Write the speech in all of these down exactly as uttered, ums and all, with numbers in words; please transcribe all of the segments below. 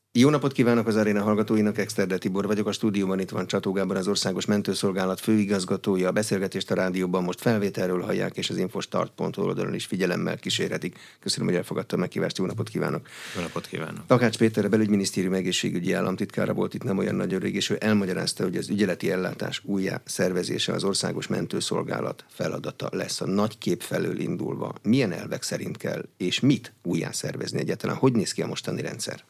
Jó napot kívánok az aréna hallgatóinak, Exterde Tibor vagyok, a stúdióban itt van Csató Gábor, az Országos Mentőszolgálat főigazgatója. A beszélgetést a rádióban most felvételről hallják, és az infostart pont hu oldalon is figyelemmel kísérhetik. Köszönöm, hogy elfogadta a meghívást, jó napot kívánok! Jó napot kívánok! Takács Péter, a Belügyminisztérium egészségügyi államtitkára volt itt nem olyan nagyon rég, és ő elmagyarázta, hogy az ügyeleti ellátás újjá szervezése az Országos Mentőszolgálat feladata lesz. A nagy kép felől indulva milyen elvek szerint kell, és mit újjá szervezni egyáltalán? Hogy néz ki a mostani rendszer?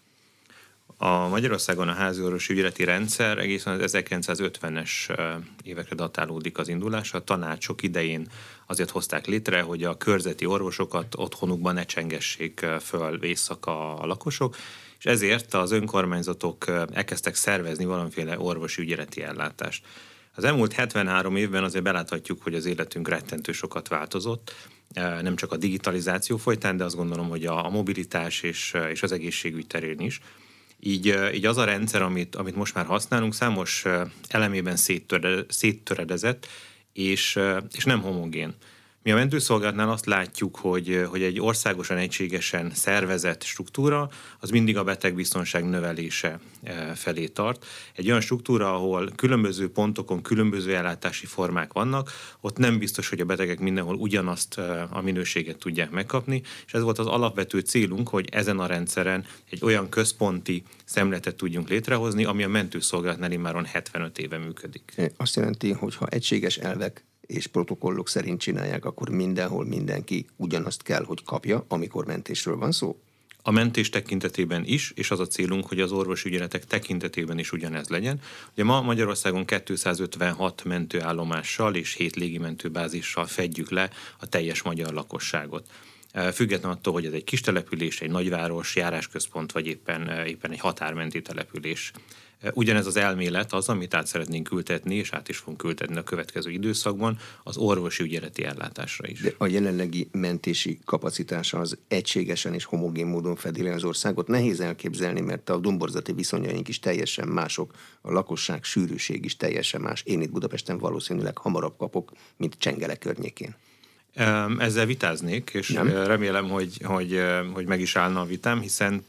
A Magyarországon a háziorvosi ügyeleti rendszer egészen az ezerkilencszázötvenes évekre datálódik az indulása. A tanácsok idején azért hozták létre, hogy a körzeti orvosokat otthonukban ne csengessék föl éjszaka a lakosok, és ezért az önkormányzatok elkezdtek szervezni valamiféle orvosi ügyeleti ellátást. Az elmúlt hetvenhárom évben azért beláthatjuk, hogy az életünk rettentő sokat változott, nem csak a digitalizáció folytán, de azt gondolom, hogy a mobilitás és, és az egészségügy terén is. Így, így az a rendszer, amit, amit most már használunk, számos elemében széttörede, széttöredezett, és, és nem homogén. Mi a mentőszolgálatnál azt látjuk, hogy, hogy egy országosan egységesen szervezett struktúra, az mindig a betegbiztonság növelése felé tart. Egy olyan struktúra, ahol különböző pontokon különböző ellátási formák vannak, ott nem biztos, hogy a betegek mindenhol ugyanazt a minőséget tudják megkapni, és ez volt az alapvető célunk, hogy ezen a rendszeren egy olyan központi szemletet tudjunk létrehozni, ami a mentőszolgálatnál immáron hetvenöt éve működik. Azt jelenti, hogy ha egységes elvek és protokollok szerint csinálják, akkor mindenhol mindenki ugyanazt kell, hogy kapja, amikor mentésről van szó? A mentés tekintetében is, és az a célunk, hogy az orvosi ügyeletek tekintetében is ugyanez legyen. Ugye ma Magyarországon kétszázötvenhat mentőállomással és hét légimentőbázissal fedjük le a teljes magyar lakosságot. Független attól, hogy ez egy kis település, egy nagyváros, járásközpont, vagy éppen, éppen egy határmenti település. Ugyanez az elmélet az, amit át szeretnénk ültetni, és át is fogunk ültetni a következő időszakban, az orvosi ügyeleti ellátásra is. De a jelenlegi mentési kapacitása az egységesen és homogén módon fedi le az országot. Nehéz elképzelni, mert a domborzati viszonyaink is teljesen mások, a lakosság sűrűség is teljesen más. Én itt Budapesten valószínűleg hamarabb kapok, mint Csengele környékén. Ezzel vitáznék, és Nem? remélem, hogy, hogy, hogy meg is állna a vitám, hiszen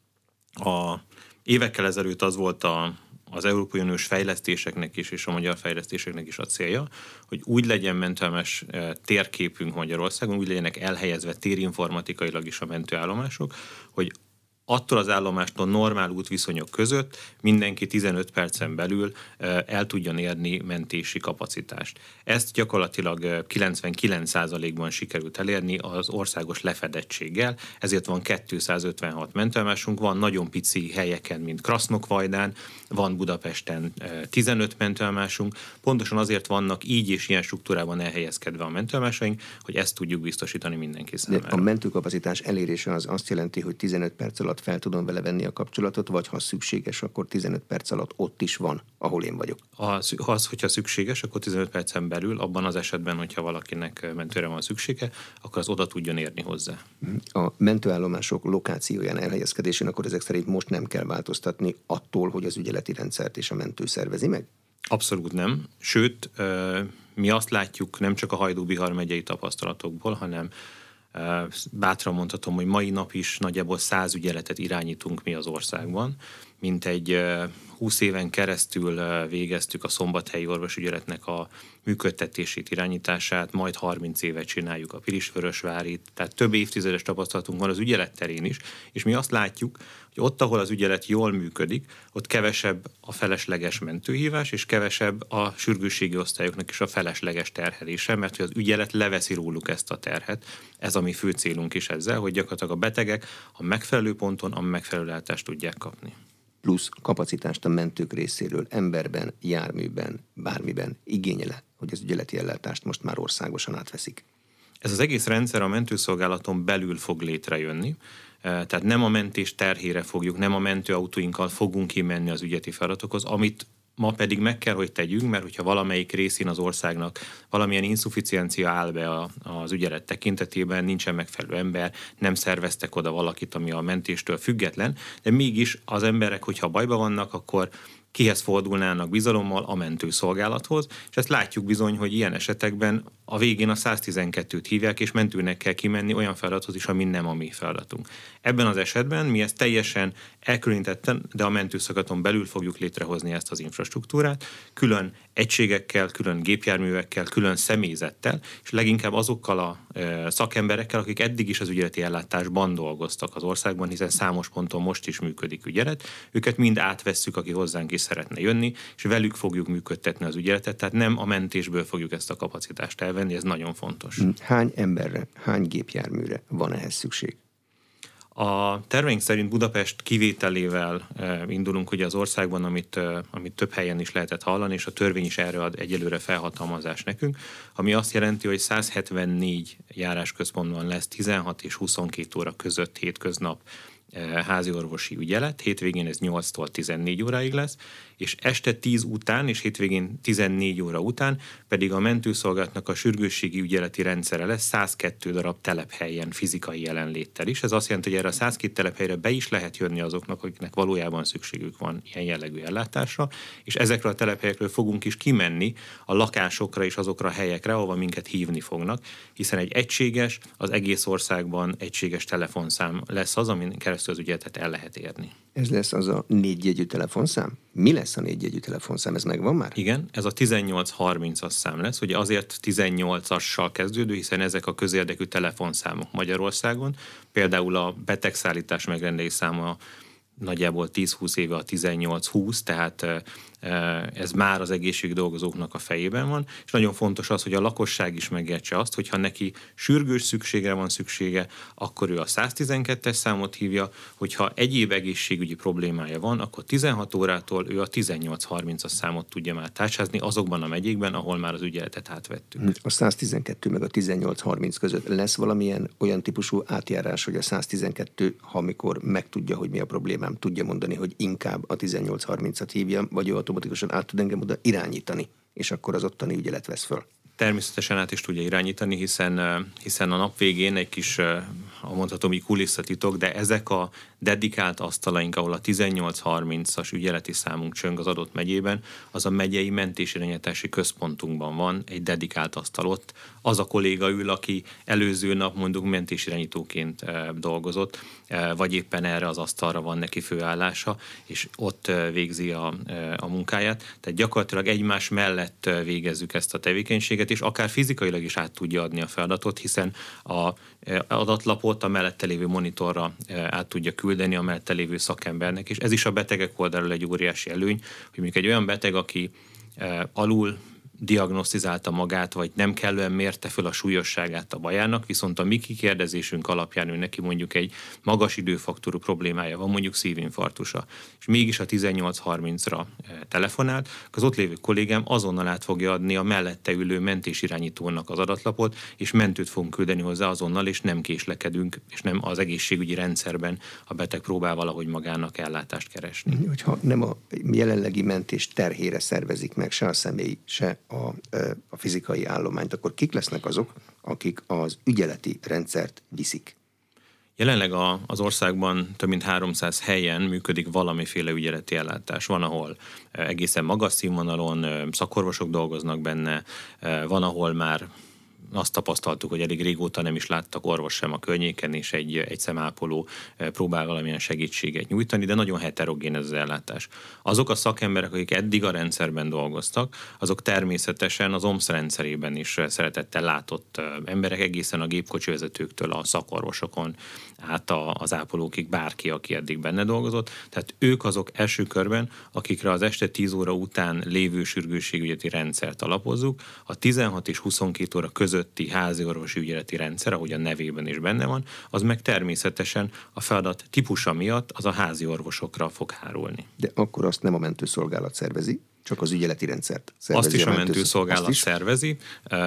a évekkel ezelőtt az volt a, az Európai Uniós fejlesztéseknek is, és a magyar fejlesztéseknek is a célja, hogy úgy legyen mentőállomás térképünk Magyarországon, úgy legyenek elhelyezve térinformatikailag is a mentőállomások, hogy attól az állomástól normál útviszonyok között mindenki tizenöt percen belül el tudjon érni mentési kapacitást. Ezt gyakorlatilag kilencvenkilenc százalékban sikerült elérni az országos lefedettséggel, ezért van kétszázötvenhat mentőállomásunk, van nagyon pici helyeken, mint Krasznokvajdán, van Budapesten tizenöt mentőállomásunk, pontosan azért vannak így és ilyen struktúrában elhelyezkedve a mentőállomásaink, hogy ezt tudjuk biztosítani mindenki számára. De a mentőkapacitás elérése az azt jelenti, hogy tizenöt perc alatt fel tudom vele venni a kapcsolatot, vagy ha szükséges, akkor tizenöt perc alatt ott is van, ahol én vagyok. Az, az, hogyha szükséges, akkor tizenöt percen belül, abban az esetben, hogyha valakinek mentőre van szüksége, akkor az oda tudjon érni hozzá. A mentőállomások lokációján elhelyezkedésén akkor ezek szerint most nem kell változtatni attól, hogy az ügyeleti rendszert és a mentő szervezi meg? Abszolút nem. Sőt, mi azt látjuk nem csak a Hajdú-Bihar megyei tapasztalatokból, hanem bátran mondhatom, hogy mai nap is nagyjából száz ügyeletet irányítunk mi az országban. Mint egy húsz éven keresztül végeztük a szombathelyi orvosügyeletnek a működtetését, irányítását, majd harminc éve csináljuk a Pilisvörösvárit, tehát több évtizedes tapasztalatunk van az ügyelet terén is, és mi azt látjuk, hogy ott, ahol az ügyelet jól működik, ott kevesebb a felesleges mentőhívás, és kevesebb a sürgősségi osztályoknak is a felesleges terhelése, mert hogy az ügyelet leveszi róluk ezt a terhet. Ez a mi fő célunk is ezzel, hogy gyakorlatilag a betegek a megfelelő ponton a megfelelő ellátást tudják kapni. Plusz kapacitást a mentők részéről emberben, járműben, bármiben igényel, hogy az ügyeleti ellátást most már országosan átveszik. Ez az egész rendszer a mentőszolgálaton belül fog létrejönni, tehát nem a mentés terhére fogjuk, nem a mentőautóinkkal fogunk kimenni az ügyeti feladatokhoz, amit ma pedig meg kell, hogy tegyünk, mert hogyha valamelyik részén az országnak valamilyen insufficiencia áll be a, az ügyelet tekintetében, nincsen megfelelő ember, nem szerveztek oda valakit, ami a mentéstől független, de mégis az emberek, hogyha bajba vannak, akkor kihez fordulnának bizalommal? A mentőszolgálathoz, és ezt látjuk bizony, hogy ilyen esetekben a végén a száztizenkettőt hívják, és mentőnek kell kimenni olyan feladathoz is, ami nem a mi feladatunk. Ebben az esetben mi ezt teljesen elkülönítetten, de a mentőszolgálaton belül fogjuk létrehozni ezt az infrastruktúrát, külön egységekkel, külön gépjárművekkel, külön személyzettel, és leginkább azokkal a e, szakemberekkel, akik eddig is az ügyeleti ellátásban dolgoztak az országban, hiszen számos ponton most is működik ügyelet. Őket mind átvesszük, aki hozzánk is szeretne jönni, és velük fogjuk működtetni az ügyeletet, tehát nem a mentésből fogjuk ezt a kapacitást elvenni, ez nagyon fontos. Hány emberre, hány gépjárműre van ehhez szükség? A terveink szerint Budapest kivételével indulunk ugye az országban, amit, amit több helyen is lehetett hallani, és a törvény is erre ad egyelőre felhatalmazást nekünk, ami azt jelenti, hogy száz hetvennégy járásközpontban lesz tizenhat és huszonkét óra között hétköznap házi orvosi ügyelet, hétvégén ez nyolctól tizennégy óráig lesz, és este tíz után és hétvégén tizennégy óra után pedig a mentőszolgálatnak a sürgősségi ügyeleti rendszere lesz százkettő darab telephelyen fizikai jelenléttel is. Ez azt jelenti, hogy erre a százkettő telephelyre be is lehet jönni azoknak, akiknek valójában szükségük van ilyen jellegű ellátásra, és ezekről a telephelyekről fogunk is kimenni a lakásokra és azokra a helyekre, ahova minket hívni fognak, hiszen egy egységes, az egész országban egységes telefonszám lesz az, amin keresztül az ügyeletet el lehet érni. Ez lesz az a négyjegyű telefonszám? Mi lesz a négyjegyű telefonszám? Ez megvan már? Igen, ez a tizennyolc harmincas szám lesz, ugye azért tizennyolcassal kezdődő, hiszen ezek a közérdekű telefonszámok Magyarországon. Például a betegszállítás megrendelés száma nagyjából tíz-húsz éve a tizennyolc húsz, tehát ez már az egészségügyi dolgozóknak a fejében van, és nagyon fontos az, hogy a lakosság is megértse azt, hogyha neki sürgős szükségre van szüksége, akkor ő a száztizenkettes számot hívja, hogyha egyéb egészségügyi problémája van, akkor tizenhat órától ő a tizennyolc harmincas számot tudja már tárcsázni azokban a megyékben, ahol már az ügyeletet átvettük. A száztizenkettő meg a tizennyolc harminc között lesz valamilyen olyan típusú átjárás, hogy a száztizenkettő, ha amikor megtudja, hogy mi a problémám, tudja mondani, hogy inkább a tizennyolc harmincat hívja, vagy ő automatikusan át tud engem oda irányítani, és akkor az ottani ügyelet vesz föl. Természetesen át is tudja irányítani, hiszen, hiszen a nap végén egy kis, mondhatom így kulisszatitok, de ezek a dedikált asztalaink, ahol a tizennyolc harmincas ügyeleti számunk csöng az adott megyében, az a megyei mentésirányítási központunkban van, egy dedikált asztalot. Az a kolléga ül, aki előző nap mondjuk mentésirányítóként dolgozott, vagy éppen erre az asztalra van neki főállása, és ott végzi a, a munkáját. Tehát gyakorlatilag egymás mellett végezzük ezt a tevékenységet, és akár fizikailag is át tudja adni a feladatot, hiszen a adatlapot a mellette lévő monitorra át tudja küldeni a mellette lévő szakembernek, és ez is a betegek oldalról egy óriási előny, hogy mondjuk egy olyan beteg, aki alul diagnosztizálta magát, vagy nem kellően mérte föl a súlyosságát a bajának, viszont a mi kikérdezésünk alapján ő neki mondjuk egy magas időfaktorú problémája van, mondjuk szívinfarktusa, és mégis a tizennyolc harmincra telefonált, az ott lévő kollégám azonnal át fogja adni a mellette ülő mentésirányítónak az adatlapot, és mentőt fogunk küldeni hozzá azonnal, és nem késlekedünk, és nem az egészségügyi rendszerben a beteg próbál valahogy magának ellátást keresni. Hogyha nem a jelenlegi mentés terhére szervezik meg se a személy, se A, a fizikai állományt, akkor kik lesznek azok, akik az ügyeleti rendszert viszik? Jelenleg a, az országban több mint háromszáz helyen működik valamiféle ügyeleti ellátás. Van, ahol egészen magas színvonalon szakorvosok dolgoznak benne, van, ahol már azt tapasztaltuk, hogy elég régóta nem is láttak orvos sem a környéken, és egy, egy szemápoló próbál valamilyen segítséget nyújtani, de nagyon heterogén ez az ellátás. Azok a szakemberek, akik eddig a rendszerben dolgoztak, azok természetesen az o em es rendszerében is szeretettel látott emberek, egészen a gépkocsivezetőktől a szakorvosokon át az ápolókig, bárki, aki eddig benne dolgozott. Tehát ők azok első körben, akikre az este tíz óra után lévő sürgősségügyeleti rendszert alapozzuk, a tizenhat és huszonkét óra között házi orvosi ügyeleti rendszer, ahogy a nevében is benne van, az meg természetesen a feladat típusa miatt az a házi orvosokra fog hárulni. De akkor azt nem a mentőszolgálat szervezi, csak az ügyeleti rendszert szervezi. Azt is a, a mentőszolgálat is szervezi.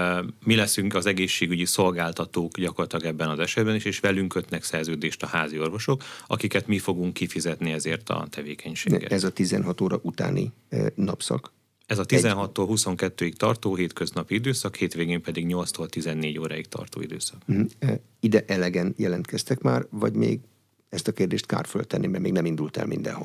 Mi leszünk az egészségügyi szolgáltatók gyakorlatilag ebben az esetben is, és velünk kötnek szerződést a házi orvosok, akiket mi fogunk kifizetni ezért a tevékenységet. Ez a tizenhat óra utáni napszak? Ez a tizenhattól huszonkettőig tartó hétköznapi időszak, hétvégén pedig nyolctól tizennégy óráig tartó időszak. Ide elegen jelentkeztek már, vagy még ezt a kérdést kár föltenni, mert még nem indult el mindenhol?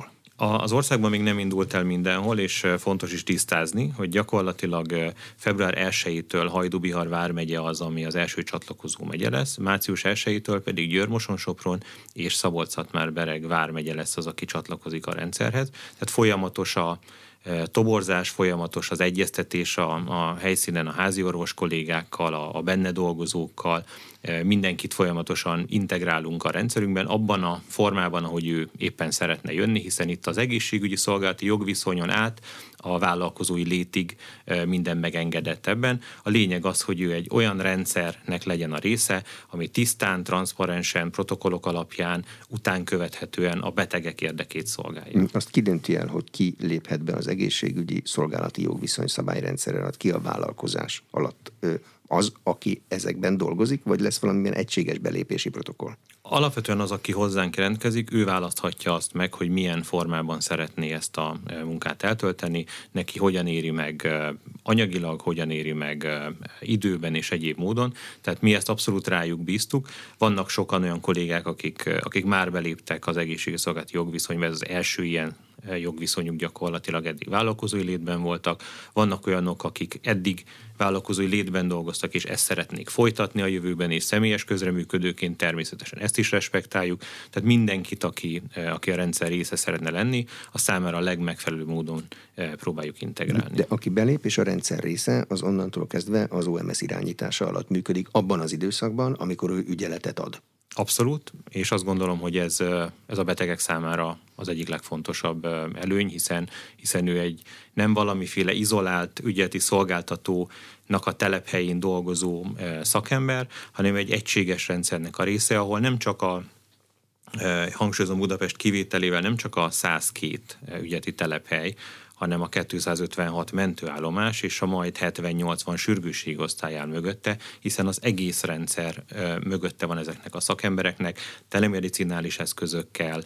Az országban még nem indult el mindenhol, és fontos is tisztázni, hogy gyakorlatilag február elsejétől Hajdú-Bihar vármegye az, ami az első csatlakozó megye lesz, március elsejétől pedig Győr-Moson-Sopron és Szabolcs-Szatmár-Bereg vármegye lesz az, aki csatlakozik a rendszerhez. Tehát folyamatos a toborzás, folyamatos az egyeztetés a, a helyszínen a háziorvos kollégákkal, a, a benne dolgozókkal, mindenkit folyamatosan integrálunk a rendszerünkben, abban a formában, ahogy ő éppen szeretne jönni, hiszen itt az egészségügyi szolgálati jogviszonyon át a vállalkozói létig minden megengedett ebben. A lényeg az, hogy ő egy olyan rendszernek legyen a része, ami tisztán, transzparensen, protokollok alapján, utánkövethetően a betegek érdekét szolgálja. Azt ki dönti el, hogy ki léphet be az egészségügyi szolgálati jogviszony szabályrendszerre alatt, ki a vállalkozás alatt? Az, aki ezekben dolgozik, vagy lesz valamilyen egységes belépési protokoll? Alapvetően az, aki hozzánk jelentkezik, ő választhatja azt meg, hogy milyen formában szeretné ezt a munkát eltölteni, neki hogyan éri meg anyagilag, hogyan éri meg időben és egyéb módon. Tehát mi ezt abszolút rájuk bíztuk. Vannak sokan olyan kollégák, akik, akik már beléptek az egészségügyi szolgálati jogviszonyba, ez az első ilyen jogviszonyuk gyakorlatilag eddig vállalkozói létben voltak. Vannak olyanok, akik eddig vállalkozói létben dolgoztak, és ezt szeretnék folytatni a jövőben, és személyes közreműködőként természetesen ezt is respektáljuk. Tehát mindenkit, aki, aki a rendszer része szeretne lenni, a számára a legmegfelelőbb módon próbáljuk integrálni. De aki belép és a rendszer része, az onnantól kezdve az o em es irányítása alatt működik abban az időszakban, amikor ő ügyeletet ad. Abszolút, és azt gondolom, hogy ez, ez a betegek számára az egyik legfontosabb előny, hiszen, hiszen ő egy nem valamiféle izolált ügyeleti szolgáltatónak a telephelyén dolgozó szakember, hanem egy egységes rendszernek a része, ahol nem csak a hangsúlyozom Budapest kivételével nem csak a száz két ügyeleti telephely, hanem a kétszázötvenhat mentőállomás és a majd hetven-nyolcvan sürgősségosztály áll mögötte, hiszen az egész rendszer mögötte van ezeknek a szakembereknek, telemedicinális eszközökkel,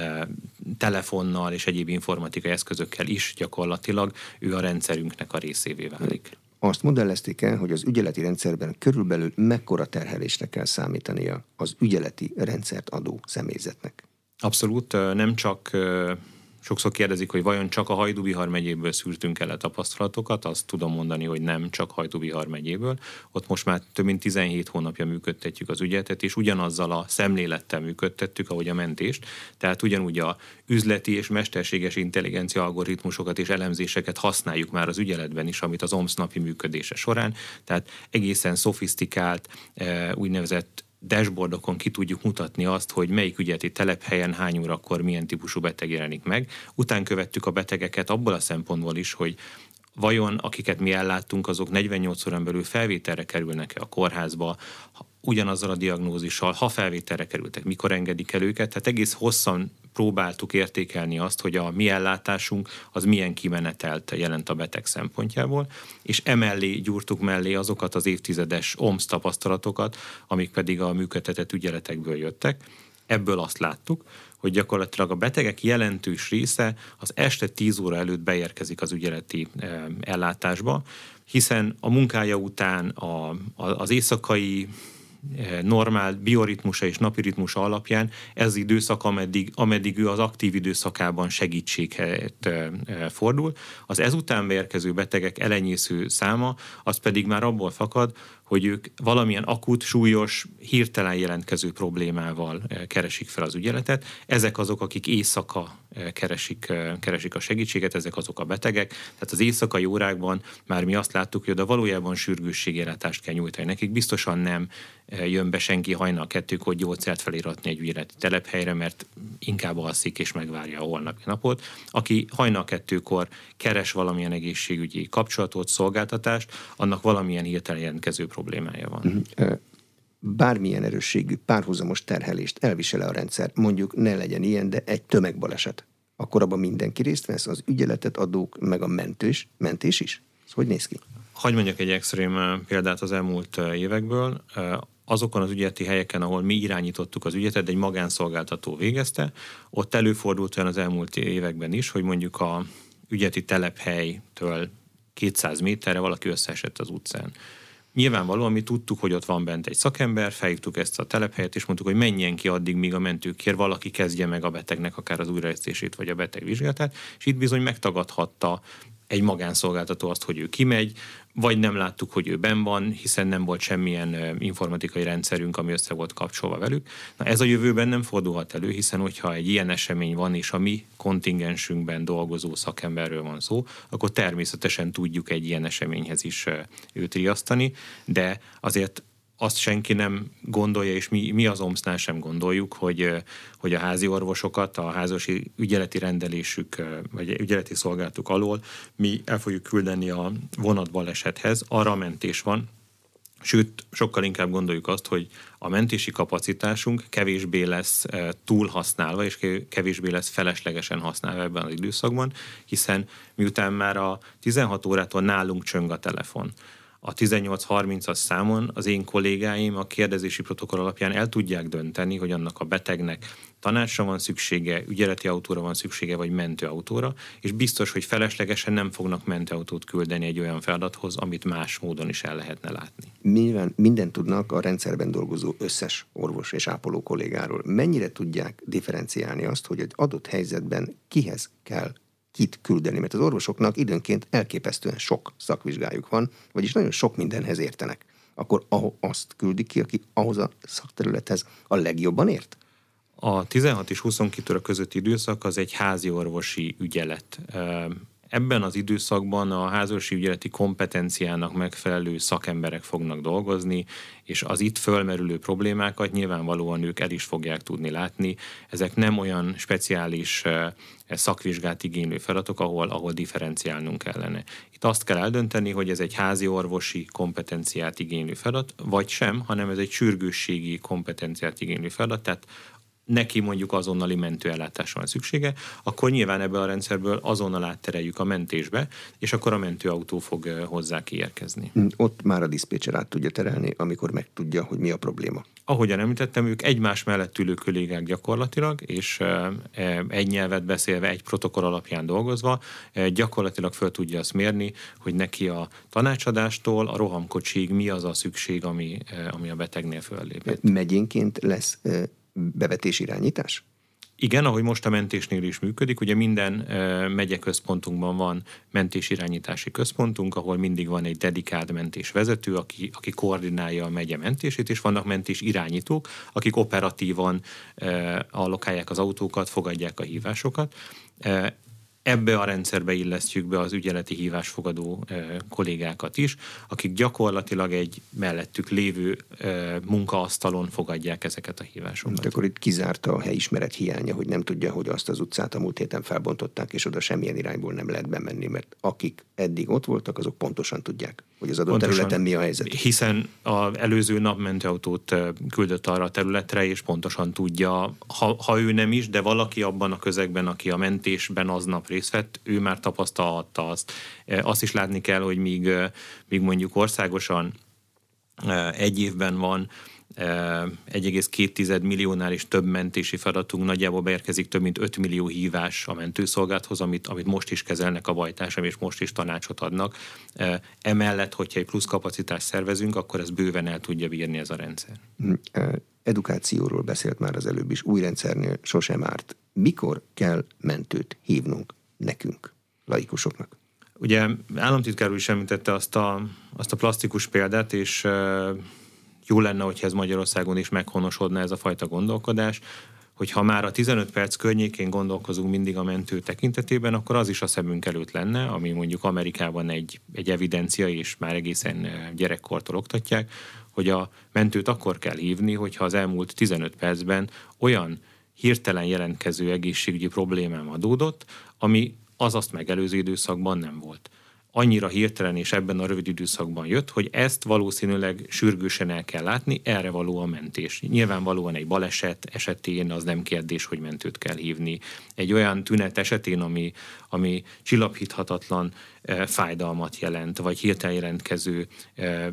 telefonnal és egyéb informatikai eszközökkel is gyakorlatilag ő a rendszerünknek a részévé válik. Azt modellezték el, hogy az ügyeleti rendszerben körülbelül mekkora terhelésre kell számítania az ügyeleti rendszert adó személyzetnek? Abszolút, nem csak... Sokszor kérdezik, hogy vajon csak a Hajdú-Bihar megyéből szűrtünk el a tapasztalatokat, azt tudom mondani, hogy nem csak Hajdú-Bihar megyéből. Ott most már több mint tizenhét hónapja működtetjük az ügyeletet, és ugyanazzal a szemlélettel működtettük, ahogy a mentést. Tehát ugyanúgy a üzleti és mesterséges intelligencia algoritmusokat és elemzéseket használjuk már az ügyeletben is, amit az o em es napi működése során. Tehát egészen szofisztikált, úgynevezett dashboardokon ki tudjuk mutatni azt, hogy melyik ügyeleti telephelyen hány órakor milyen típusú beteg jelenik meg. Után követtük a betegeket abból a szempontból is, hogy vajon akiket mi elláttunk, azok negyvennyolc órán belül felvételre kerülnek-e a kórházba, ugyanazzal a diagnózissal, ha felvételre kerültek, mikor engedik el őket. Tehát egész hosszan próbáltuk értékelni azt, hogy a mi ellátásunk az milyen kimenetelt jelent a beteg szempontjából, és emellé gyúrtuk mellé azokat az évtizedes o em es tapasztalatokat, amik pedig a működtetett ügyeletekből jöttek. Ebből azt láttuk, hogy gyakorlatilag a betegek jelentős része az este tíz óra előtt beérkezik az ügyeleti e, ellátásba, hiszen a munkája után a, a, az éjszakai normál bioritmusa és napiritmusa alapján ez időszak, ameddig, ameddig ő az aktív időszakában segítséghez fordul. Az ezután beérkező betegek elenyésző száma, az pedig már abból fakad, hogy ők valamilyen akut, súlyos, hirtelen jelentkező problémával keresik fel az ügyeletet. Ezek azok, akik éjszaka keresik, keresik a segítséget, ezek azok a betegek. Tehát az éjszakai órákban már mi azt láttuk, hogy oda valójában sürgősségellátást kell nyújtani nekik. Biztosan nem jön be senki hajnal kettőkor gyógyszert feliratni egy ügyeleti telephelyre, mert inkább alszik és megvárja a holnapi napot. Aki hajnal kettőkor keres valamilyen egészségügyi kapcsolatot, szolgáltatást, annak valamilyen hirtelen jelentkező problémája van. Bármilyen erősségű párhuzamos terhelést elvisel-e a rendszer, mondjuk ne legyen ilyen, de egy tömegbaleset, akkor abban mindenki részt vesz, az ügyeletet adók, meg a mentős, mentés is? Ez hogy néz ki? Hagy mondjak egy extrém példát az elmúlt évekből. Azokon az ügyeleti helyeken, ahol mi irányítottuk az ügyletet, egy magánszolgáltató végezte, ott előfordult olyan az elmúlt években is, hogy mondjuk a ügyeleti telephelytől kétszáz méterre valaki összeesett az utcán. Nyilvánvalóan mi tudtuk, hogy ott van bent egy szakember, felhívtuk ezt a telephelyet, és mondtuk, hogy menjen ki addig, míg a mentőkér valaki kezdje meg a betegnek akár az újraesztését, vagy a beteg vizsgálatát, és itt bizony megtagadhatta egy magánszolgáltató azt, hogy ő kimegy, vagy nem láttuk, hogy ő benn van, hiszen nem volt semmilyen informatikai rendszerünk, ami össze volt kapcsolva velük. Na, ez a jövőben nem fordulhat elő, hiszen hogyha egy ilyen esemény van, és a mi kontingensünkben dolgozó szakemberről van szó, akkor természetesen tudjuk egy ilyen eseményhez is őt riasztani, de azért azt senki nem gondolja, és mi, mi az o em es-nál sem gondoljuk, hogy, hogy a házi orvosokat a házasi ügyeleti rendelésük, vagy ügyeleti szolgálatuk alól mi el fogjuk küldeni a vonatbalesethez, arra a mentés van. Sőt, sokkal inkább gondoljuk azt, hogy a mentési kapacitásunk kevésbé lesz túlhasználva, és kevésbé lesz feleslegesen használva ebben az időszakban, hiszen miután már a tizenhat órától nálunk csöng a telefon, a tizennyolc harmincas számon az én kollégáim a kérdezési protokoll alapján el tudják dönteni, hogy annak a betegnek tanácsra van szüksége, ügyeleti autóra van szüksége, vagy mentőautóra, és biztos, hogy feleslegesen nem fognak mentőautót küldeni egy olyan feladathoz, amit más módon is el lehetne látni. Nyilván mindent tudnak a rendszerben dolgozó összes orvos és ápoló kollégáról. Mennyire tudják differenciálni azt, hogy egy adott helyzetben kihez kell kit küldeni, mert az orvosoknak időnként elképesztően sok szakvizsgájuk van, vagyis nagyon sok mindenhez értenek. Akkor azt küldik ki, aki ahhoz a szakterülethez a legjobban ért? A tizenhat és huszonkét óra közötti időszak az egy házi orvosi ügyelet. Ebben az időszakban a háziorvosi ügyeleti kompetenciának megfelelő szakemberek fognak dolgozni, és az itt fölmerülő problémákat nyilvánvalóan ők el is fogják tudni látni. Ezek nem olyan speciális szakvizsgát igénylő feladatok, ahol, ahol differenciálnunk kellene. Itt azt kell eldönteni, hogy ez egy házi orvosi kompetenciát igénylő feladat, vagy sem, hanem ez egy sürgősségi kompetenciát igénylő feladat, tehát neki mondjuk azonnali mentőellátásra van szüksége, akkor nyilván ebből a rendszerből azonnal áttereljük a mentésbe, és akkor a mentőautó fog hozzá kiérkezni. Ott már a diszpécser át tudja terelni, amikor megtudja, hogy mi a probléma. Ahogyan említettem, ők egymás mellett ülő kollégák gyakorlatilag, és egy nyelvet beszélve, egy protokoll alapján dolgozva, gyakorlatilag föl tudja azt mérni, hogy neki a tanácsadástól a rohamkocsig mi az a szükség, ami, ami a betegnél föllépett. Megyénként lesz bevetés irányítás? Igen, ahogy most a mentésnél is működik, ugye minden uh, megyeközpontunkban van mentésirányítási központunk, ahol mindig van egy dedikált mentésvezető, aki, aki koordinálja a megye mentését, és vannak mentés irányítók, akik operatívan uh, allokálják az autókat, fogadják a hívásokat. Uh, Ebbe a rendszerbe illesztjük be az ügyeleti hívásfogadó e, kollégákat is, akik gyakorlatilag egy mellettük lévő e, munkaasztalon fogadják ezeket a hívásokat. De akkor itt kizárta a helyismeret hiánya, hogy nem tudja, hogy azt az utcát a múlt héten felbontották, és oda semmilyen irányból nem lehet bemenni, mert akik eddig ott voltak, azok pontosan tudják, hogy az adott pontosan, területen mi a helyzet. Hiszen az előző nap mentőautót küldött arra a területre, és pontosan tudja, ha, ha ő nem is, de valaki abban a közegben, aki a mentésben aznap részt vett, ő már tapasztalhatta azt. Azt is látni kell, hogy míg, míg mondjuk országosan egy évben van egy egész két milliónál is több mentési feladatunk, nagyjából beérkezik több mint öt millió hívás a mentőszolgálathoz, amit, amit most is kezelnek a bajtársaim, és most is tanácsot adnak. Emellett, hogyha egy plusz kapacitást szervezünk, akkor ez bőven el tudja bírni ez a rendszer. Edukációról beszélt már az előbb is, új rendszernél sosem árt. Mikor kell mentőt hívnunk nekünk, laikusoknak? Ugye államtitkár úr is említette azt a, azt a plastikus példát, és jó lenne, hogyha ez Magyarországon is meghonosodna ez a fajta gondolkodás, hogy ha már a tizenöt perc környékén gondolkozunk mindig a mentő tekintetében, akkor az is a szemünk előtt lenne, ami mondjuk Amerikában egy, egy evidencia, és már egészen gyerekkortól oktatják, hogy a mentőt akkor kell hívni, hogyha az elmúlt tizenöt percben olyan hirtelen jelentkező egészségügyi problémám adódott, ami az azt megelőző időszakban nem volt. Annyira hirtelen és ebben a rövid időszakban jött, hogy ezt valószínűleg sürgősen el kell látni, erre való a mentés. Nyilvánvalóan egy baleset esetén az nem kérdés, hogy mentőt kell hívni. Egy olyan tünet esetén, ami, ami csillapíthatatlan e, fájdalmat jelent, vagy hirtelen jelentkező e,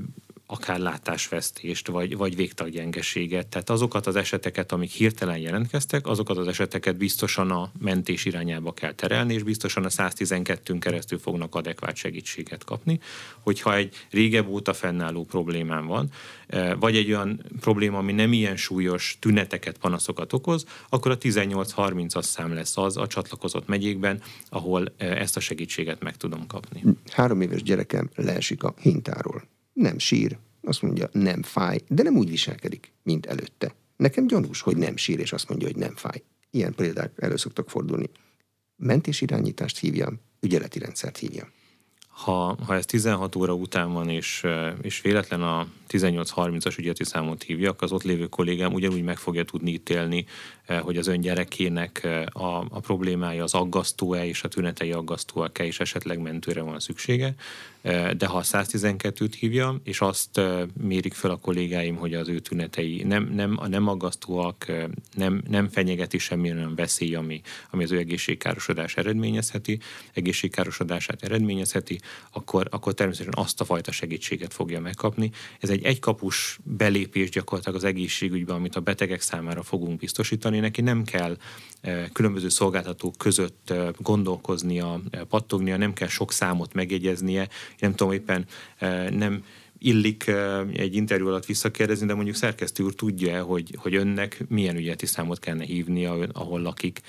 akár látásvesztést, vagy, vagy végtaggyengeséget. Tehát azokat az eseteket, amik hirtelen jelentkeztek, azokat az eseteket biztosan a mentés irányába kell terelni, és biztosan a száztizenkettőn keresztül fognak adekvát segítséget kapni. Hogyha egy régebb óta fennálló problémám van, vagy egy olyan probléma, ami nem ilyen súlyos tüneteket, panaszokat okoz, akkor a tizennyolc harmincas szám lesz az a csatlakozott megyékben, ahol ezt a segítséget meg tudom kapni. Három éves gyerekem leesik a hintáról. Nem sír, azt mondja, nem fáj, de nem úgy viselkedik, mint előtte. Nekem gyanús, hogy nem sír, és azt mondja, hogy nem fáj. Ilyen példák elő szoktak fordulni. Mentésirányítást hívjam, ügyeleti rendszert hívjam. Ha, ha ez tizenhat óra után van, és, és véletlen a tizennyolc harmincas ügyeleti számot hívjak, az ott lévő kollégám ugyanúgy meg fogja tudni ítélni, hogy az ön gyerekének a, a problémája az aggasztó-e, és a tünetei aggasztóak-e, és esetleg mentőre van szüksége. De ha a száztizenkettőt hívja, és azt mérik fel a kollégáim, hogy az ő tünetei nem, nem, nem aggasztóak, nem, nem fenyegeti semmilyen olyan veszély, ami, ami az ő egészségkárosodás eredményezheti, egészségkárosodását eredményezheti, akkor, akkor természetesen azt a fajta segítséget fogja megkapni. Ez egy egykapus belépés gyakorlatilag az egészségügyben, amit a betegek számára fogunk biztosítani. Neki nem kell különböző szolgáltatók között gondolkoznia, pattognia, nem kell sok számot megjegyeznie. Nem tudom, éppen nem illik egy interjú alatt visszakérdezni, de mondjuk szerkesztő úr tudja, hogy, hogy önnek milyen ügyeleti számot kellene hívnia, ahol lakik?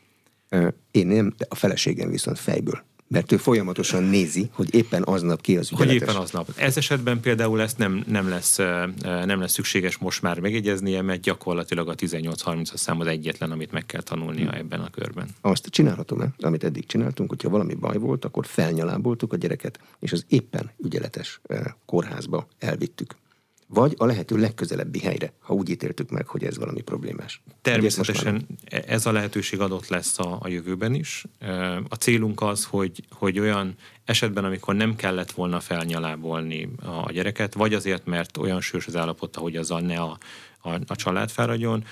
Én nem, de a feleségem viszont fejből. Mert ő folyamatosan nézi, hogy éppen aznap ki az ügyeletes. Hogy éppen aznap. Ez esetben például ezt nem, nem, lesz, nem lesz szükséges most már megjegyeznie, mert gyakorlatilag a tizennyolc harmincas szám az egyetlen, amit meg kell tanulnia hmm. ebben a körben. Azt csinálhatom-e, amit eddig csináltunk, hogyha valami baj volt, akkor felnyaláboltuk a gyereket, és az éppen ügyeletes kórházba elvittük. Vagy a lehető legközelebbi helyre, ha úgy ítéltük meg, hogy ez valami problémás. Természetesen ez a lehetőség adott lesz a, a jövőben is. A célunk az, hogy, hogy olyan esetben, amikor nem kellett volna felnyalábolni a gyereket, vagy azért, mert olyan sős az állapota, hogy azzal ne a, a, a család fáradjon,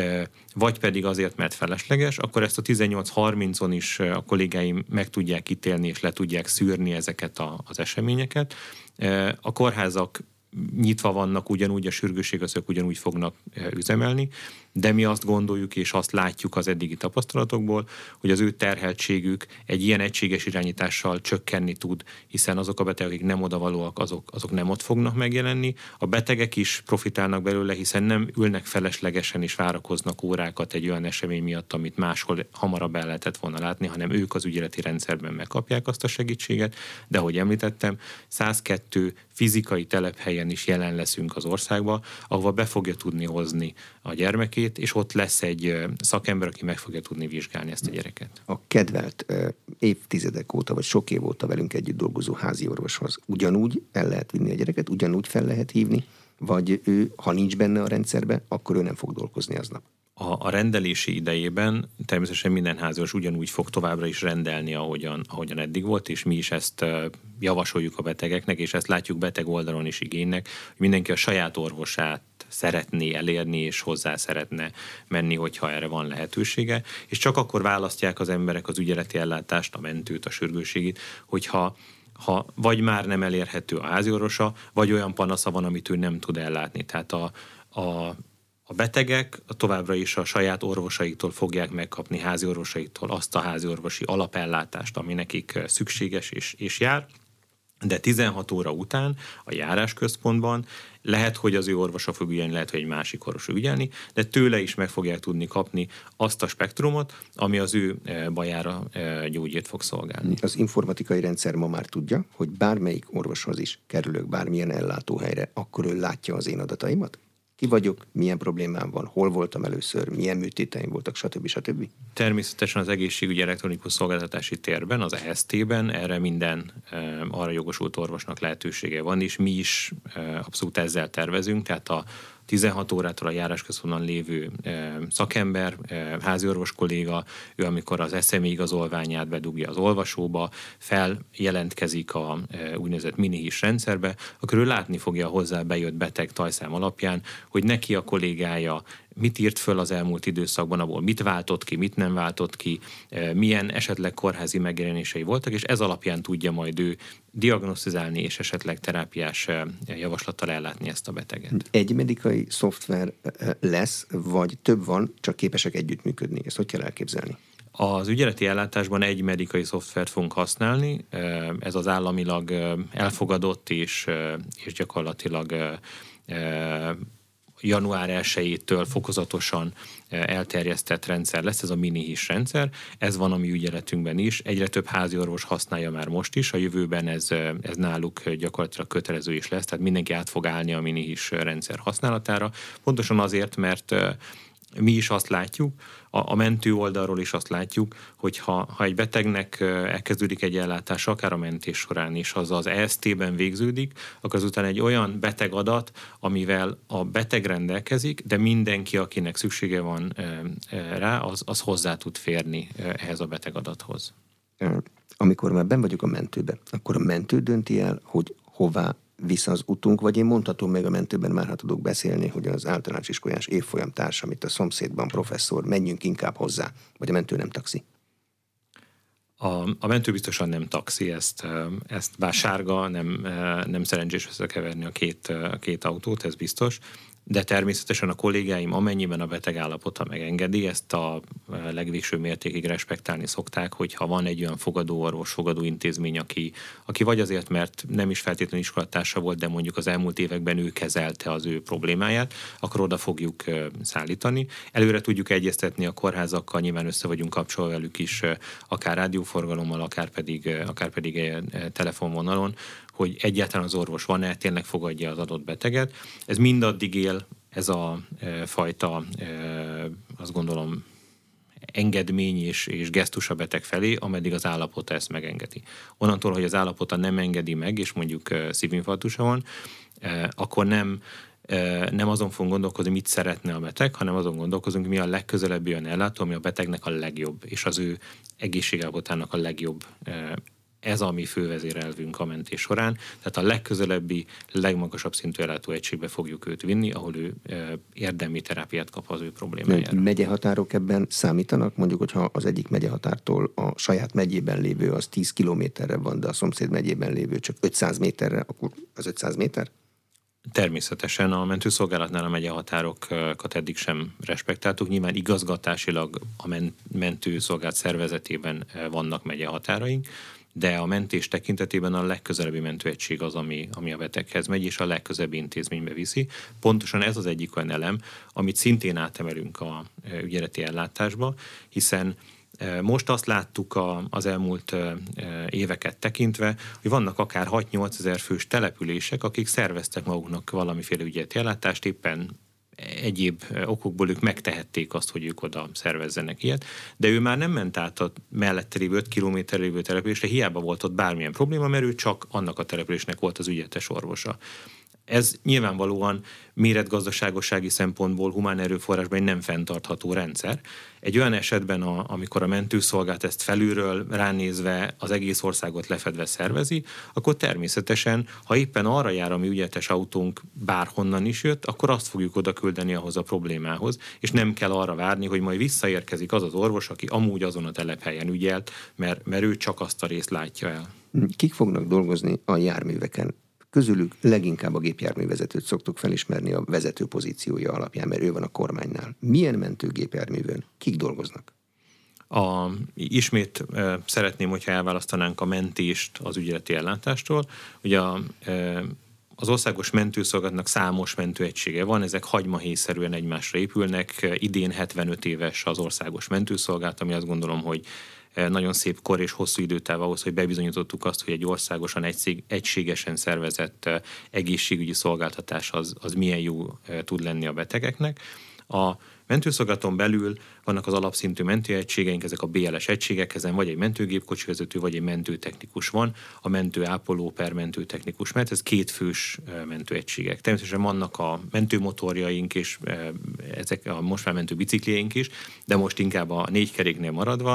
vagy pedig azért, mert felesleges, akkor ezt a tizennyolc harmincon is a kollégáim meg tudják ítélni, és le tudják szűrni ezeket a, az eseményeket. A kórházak nyitva vannak, ugyanúgy a sürgősségeszök ugyanúgy fognak üzemelni, de mi azt gondoljuk és azt látjuk az eddigi tapasztalatokból, hogy az ő terheltségük egy ilyen egységes irányítással csökkenni tud, hiszen azok a betegek, akik nem odavalóak, azok, azok nem ott fognak megjelenni. A betegek is profitálnak belőle, hiszen nem ülnek feleslegesen és várakoznak órákat egy olyan esemény miatt, amit máshol hamarabb el lehetett volna látni, hanem ők az ügyeleti rendszerben megkapják azt a segítséget, de ahogy említettem, százkettő fizikai telephelyen is jelen leszünk az országba, ahova be fogja tudni hozni a gyermekét, és ott lesz egy szakember, aki meg fogja tudni vizsgálni ezt a gyereket. A kedvelt évtizedek óta, vagy sok év óta velünk együtt dolgozó házi orvoshoz ugyanúgy el lehet vinni a gyereket, ugyanúgy fel lehet hívni, vagy ő, ha nincs benne a rendszerben, akkor ő nem fog dolgozni aznap. A, a rendelési idejében természetesen minden házorvos ugyanúgy fog továbbra is rendelni, ahogyan, ahogyan eddig volt, és mi is ezt javasoljuk a betegeknek, és ezt látjuk beteg oldalon is igénynek, hogy mindenki a saját orvosát szeretné elérni, és hozzá szeretne menni, hogyha erre van lehetősége. És csak akkor választják az emberek az ügyeleti ellátást, a mentőt, a sürgősségit, hogyha ha vagy már nem elérhető a háziorvosa, vagy olyan panasza van, amit ő nem tud ellátni. Tehát a, a A betegek továbbra is a saját orvosaiktól fogják megkapni, háziorvosaiktól azt a háziorvosi alapellátást, ami nekik szükséges és, és jár, de tizenhat óra után a járásközpontban lehet, hogy az ő orvosa fog ügyelni, lehet, hogy egy másik orvos ügyelni, de tőle is meg fogják tudni kapni azt a spektrumot, ami az ő bajára gyógyért fog szolgálni. Az informatikai rendszer ma már tudja, hogy bármelyik orvoshoz is kerülök bármilyen ellátóhelyre, akkor ő látja az én adataimat? Ki vagyok, milyen problémám van, hol voltam először, milyen műtéteim voltak, stb. stb. Természetesen az egészségügyi elektronikus szolgáltatási térben, az E S T-ben erre minden e, arra jogosult orvosnak lehetősége van, és mi is e, abszolút ezzel tervezünk, tehát a tizenhat órától a járásközpontban lévő e, szakember, e, háziorvos kolléga, ő amikor az es em e igazolványát bedugja az olvasóba, feljelentkezik a e, úgynevezett minihis rendszerbe, akkor ő látni fogja a hozzá bejött beteg tajszám alapján, hogy neki a kollégája mit írt föl az elmúlt időszakban, abból mit váltott ki, mit nem váltott ki, milyen esetleg kórházi megjelenései voltak, és ez alapján tudja majd ő diagnosztizálni és esetleg terápiás javaslattal ellátni ezt a beteget. Egy medikai szoftver lesz, vagy több van, csak képesek együttműködni? Ezt hogy kell elképzelni? Az ügyeleti ellátásban egy medikai szoftvert fogunk használni, ez az államilag elfogadott és, és gyakorlatilag január elsejétől fokozatosan elterjesztett rendszer lesz, ez a mini-his rendszer. Ez van a mi ügyeletünkben is. Egyre több háziorvos használja már most is, a jövőben ez, ez náluk gyakorlatilag kötelező is lesz, tehát mindenki át fog állni a mini-his rendszer használatára. Pontosan azért, mert mi is azt látjuk, a, a mentő oldalról is azt látjuk, hogy ha, ha egy betegnek elkezdődik egy ellátás, akár a mentés során is, az az E S T-ben végződik, akkor azután egy olyan betegadat, amivel a beteg rendelkezik, de mindenki, akinek szüksége van rá, az, az hozzá tud férni ehhez a betegadathoz. Amikor már benn vagyok a mentőbe, akkor a mentő dönti el, hogy hová visz az utunk, vagy én mondhatom meg a mentőben, már ha tudok beszélni, hogy az általános iskolás évfolyam társam, itt a szomszédban professzor, menjünk inkább hozzá, vagy a mentő nem taxi? A, a mentő biztosan nem taxi, ezt, ezt bár sárga, nem, nem szerencsés összekeverni a két, a két autót, ez biztos, de természetesen a kollégáim, amennyiben a beteg állapota megengedi, ezt a legvégső mértékig respektálni szokták, hogyha van egy olyan fogadóorvos, fogadóintézmény, aki, aki vagy azért, mert nem is feltétlenül iskolatársa volt, de mondjuk az elmúlt években ő kezelte az ő problémáját, akkor oda fogjuk szállítani. Előre tudjuk egyeztetni a kórházakkal, nyilván össze vagyunk kapcsolva velük is, akár rádióforgalommal, akár pedig, akár pedig telefonvonalon, hogy egyáltalán az orvos van-e, tényleg fogadja az adott beteget. Ez mindaddig él, ez a e, fajta, e, azt gondolom, engedmény és, és gesztus a beteg felé, ameddig az állapota ezt megengedi. Onnantól, hogy az állapota nem engedi meg, és mondjuk e, szívinfarktusa van, e, akkor nem nem azon fogunk gondolkozni, mit szeretne a beteg, hanem azon gondolkozunk, mi a legközelebbi olyan ellátó, ami a betegnek a legjobb, és az ő egészségállapotának a legjobb. Ez a mi fővezérelvünk a mentés során, tehát a legközelebbi, legmagasabb szintű ellátóegységbe fogjuk őt vinni, ahol ő érdemi terápiát kap az ő problémájára. Megyehatárok ebben számítanak? Mondjuk, hogyha az egyik megyehatártól a saját megyében lévő az tíz kilométerre van, de a szomszéd megyében lévő csak ötszáz méterre, akkor az ötszáz méter? Természetesen a mentőszolgálatnál a megyehatárokat eddig sem respektáltuk. Nyilván igazgatásilag a mentőszolgálat szervezetében vannak megyehatáraink, de a mentés tekintetében a legközelebbi mentőegység az, ami, ami a beteghez megy, és a legközelebbi intézménybe viszi. Pontosan ez az egyik olyan elem, amit szintén átemelünk a ügyeleti ellátásba, hiszen most azt láttuk a, az elmúlt éveket tekintve, hogy vannak akár hat-nyolc ezer fős települések, akik szerveztek maguknak valamiféle ügyeleti ellátást, éppen egyéb okokból ők megtehették azt, hogy ők oda szervezzenek ilyet, de ő már nem ment át a mellette lévő öt kilométerre lévő településre, hiába volt ott bármilyen probléma, mert ő csak annak a településnek volt az ügyeletes orvosa. Ez nyilvánvalóan méretgazdaságossági szempontból humán erőforrásban egy nem fenntartható rendszer. Egy olyan esetben, a, amikor a mentőszolgálat ezt felülről ránézve az egész országot lefedve szervezi, akkor természetesen, ha éppen arra jár a mi ügyeletes autónk bárhonnan is jött, akkor azt fogjuk oda küldeni ahhoz a problémához, és nem kell arra várni, hogy majd visszaérkezik az az orvos, aki amúgy azon a telephelyen ügyelt, mert, mert ő csak azt a részt látja el. Kik fognak dolgozni a járműveken? Közülük leginkább a gépjárművezetőt szoktuk felismerni a vezető pozíciója alapján, mert ő van a kormánynál. Milyen mentőgépjárművön? Kik dolgoznak? A, ismét e, szeretném, hogyha elválasztanánk a mentést az ügyeleti ellátástól. Ugye a, e, az országos mentőszolgálatnak számos mentőegysége van, ezek hagymahéjszerűen egymásra épülnek. Idén hetvenöt éves az országos mentőszolgálat, ami azt gondolom, hogy nagyon szép kor és hosszú időtáv ahhoz, hogy bebizonyítottuk azt, hogy egy országosan egység, egységesen szervezett egészségügyi szolgáltatás az, az milyen jó tud lenni a betegeknek. A mentőszolgálaton belül vannak az alapszintű mentőegységeink, ezek a bé el es egységek, ezen vagy egy mentőgépkocsi vezető, vagy egy mentőtechnikus van, a mentőápoló per mentőtechnikus, mert ez két fős mentőegységek. Természetesen vannak a mentőmotorjaink, és ezek a most már mentőbicikliénk is, de most inkább a négy keréknél maradva,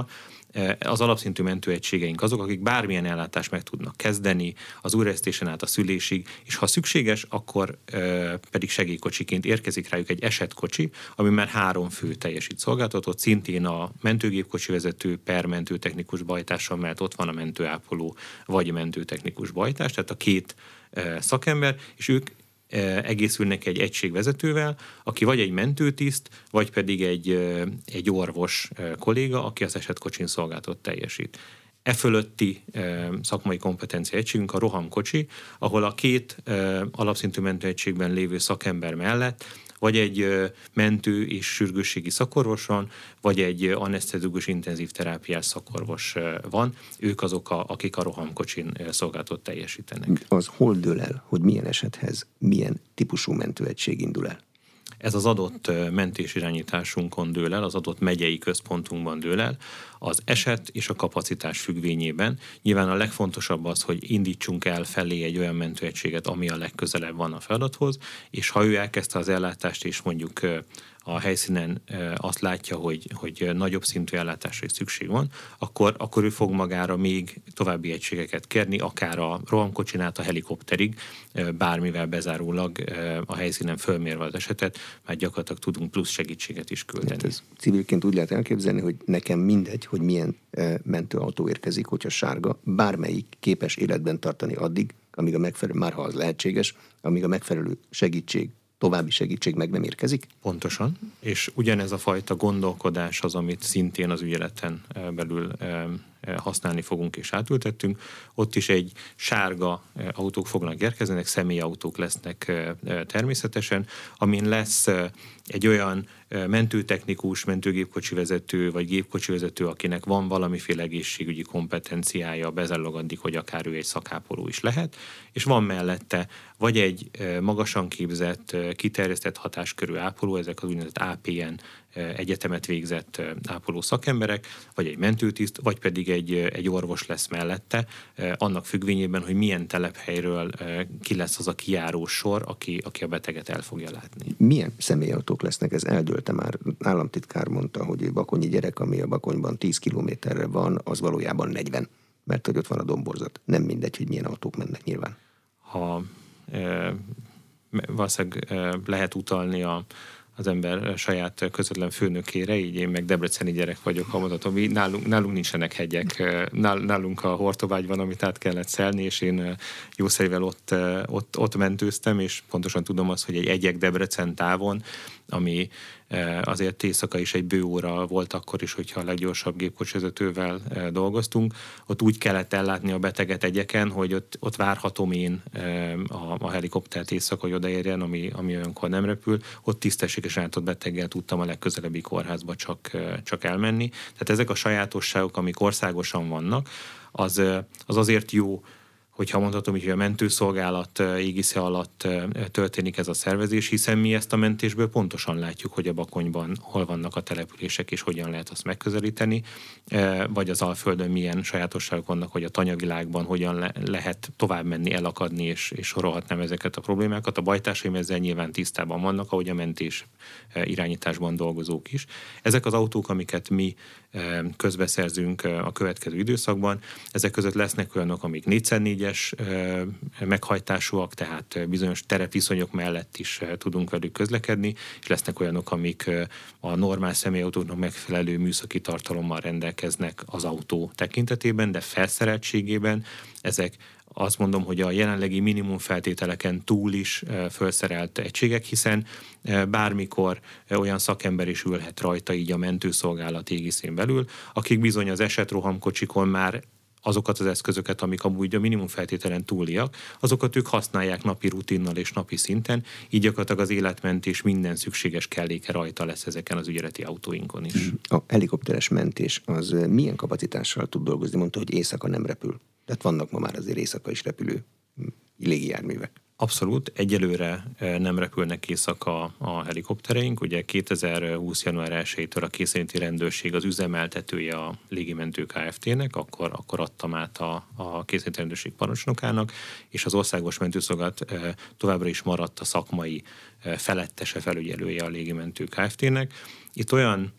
az alapszintű mentőegységeink azok, akik bármilyen ellátást meg tudnak kezdeni, az újraesztésen át a szülésig, és ha szükséges, akkor pedig segélykocsiként érkezik rájuk egy esetkocsi, ami már három fő teljesít szolgáltatót, szintén a mentőgépkocsi vezető per mentőtechnikus bajtással, mert ott van a mentőápoló vagy a mentőtechnikus bajtás, tehát a két szakember, és ők egészülnek egy egységvezetővel, aki vagy egy mentőtiszt, vagy pedig egy, egy orvos kolléga, aki az esetkocsin szolgáltatot teljesít. E fölötti szakmai kompetencia egységünk a rohamkocsi, ahol a két alapszintű mentőegységben lévő szakember mellett vagy egy mentő és sürgősségi szakorvos van, vagy egy aneszteziológus intenzív terápiás szakorvos van. Ők azok, a, akik a rohamkocsin szolgáltatot teljesítenek. Az hol dől el, hogy milyen esethez milyen típusú mentőegység indul el? Ez az adott mentésirányításunkon dől el, az adott megyei központunkban dől el, az eset és a kapacitás függvényében. Nyilván a legfontosabb az, hogy indítsunk el felé egy olyan mentőegységet, ami a legközelebb van a feladathoz, és ha ő elkezdte az ellátást, és mondjuk a helyszínen azt látja, hogy, hogy nagyobb szintű ellátásra is szükség van, akkor, akkor ő fog magára még további egységeket kérni, akár a rohamkocsin át a helikopterig, bármivel bezárólag a helyszínen fölmérve az esetet, mert gyakorlatilag tudunk plusz segítséget is küldeni. Hát ez civilként úgy lehet elképzelni, hogy nekem mindegy, hogy milyen mentőautó érkezik, hogyha sárga, bármelyik képes életben tartani addig, amíg a megfelelő, már ha az lehetséges, amíg a megfelelő segítség, további segítség meg nem érkezik? Pontosan, és ugyanez a fajta gondolkodás az, amit szintén az ügyeleten belül használni fogunk és átültettünk. Ott is egy sárga autók fognak érkezni, ezek személyautók lesznek természetesen, amin lesz egy olyan mentőtechnikus, mentőgépkocsi vezető, vagy gépkocsi vezető, akinek van valamiféle egészségügyi kompetenciája, bezárólag addig, hogy akár ő egy szakápoló is lehet, és van mellette vagy egy magasan képzett, kiterjesztett hatáskörű ápoló, ezek az úgynevezett á pé en egyetemet végzett ápoló szakemberek, vagy egy mentőtiszt, vagy pedig egy, egy orvos lesz mellette, annak függvényében, hogy milyen telephelyről ki lesz az a kijárós sor, aki, aki a beteget el fogja látni. Milyen személyautók lesznek? Ez eldőlte már. Államtitkár mondta, hogy egy bakonyi gyerek, ami a Bakonyban tíz kilométerre van, az valójában negyven, mert hogy ott van a domborzat. Nem mindegy, hogy milyen autók mennek nyilván. Ha e, valószínűleg e, lehet utalni a az ember saját közvetlen főnökére, így én meg debreceni gyerek vagyok, ha mondhatom, nálunk, nálunk nincsenek hegyek, nálunk a Hortobágyban, amit át kellett szelni, és én jószerével ott, ott, ott mentőztem, és pontosan tudom azt, hogy egy egyek Debrecen távon, ami azért éjszaka is egy bő óra volt akkor is, hogyha a leggyorsabb gépkocsivezetővel dolgoztunk. Ott úgy kellett ellátni a beteget egyeken, hogy ott, ott várhatom én a, a helikoptert éjszaka, hogy odaérjen, ami, ami olyankor nem repül. Ott tisztességesen ellátott beteggel tudtam a legközelebbi kórházba csak, csak elmenni. Tehát ezek a sajátosságok, amik országosan vannak, az, az azért jó, hogyha mondhatom, hogy a mentőszolgálat égisze alatt történik ez a szervezés, hiszen mi ezt a mentésből pontosan látjuk, hogy a Bakonyban hol vannak a települések, és hogyan lehet azt megközelíteni, vagy az Alföldön milyen sajátosságok vannak, hogy a tanyavilágban hogyan le- lehet tovább menni, elakadni, és, és sorolhatnám ezeket a problémákat. A bajtársaim ezzel nyilván tisztában vannak, ahogy a mentés irányításban dolgozók is. Ezek az autók, amiket mi közbeszerzünk a következő időszakban, ezek között lesznek olyanok, amik négy négyes meghajtásúak, tehát bizonyos terepviszonyok mellett is tudunk velük közlekedni, és lesznek olyanok, amik a normál személyautóknak megfelelő műszaki tartalommal rendelkeznek az autó tekintetében, de felszereltségében ezek azt mondom, hogy a jelenlegi minimum feltételeken túl is felszerelt egységek, hiszen bármikor olyan szakember is ülhet rajta így a mentőszolgálat égiszén belül, akik bizony az esetrohamkocsikon már azokat az eszközöket, amik amúgy a minimum feltételen túliak, azokat ők használják napi rutinnal és napi szinten, így gyakorlatilag az életmentés minden szükséges kelléke rajta lesz ezeken az ügyeleti autóinkon is. A helikopteres mentés az milyen kapacitással tud dolgozni? Mondta, hogy éjszaka nem repül. Tehát vannak ma már azért éjszaka is repülő légijárművek. Abszolút. Egyelőre nem repülnek éjszaka a helikoptereink. Ugye kétezer-húsz. január elsejétől a készenléti rendőrség az üzemeltetője a Légimentő Kft-nek, akkor, akkor adtam át a, a készenléti rendőrség parancsnokának, és az Országos Mentőszolgálat továbbra is maradt a szakmai felettese, felügyelője a Légimentő Kft-nek. Itt olyan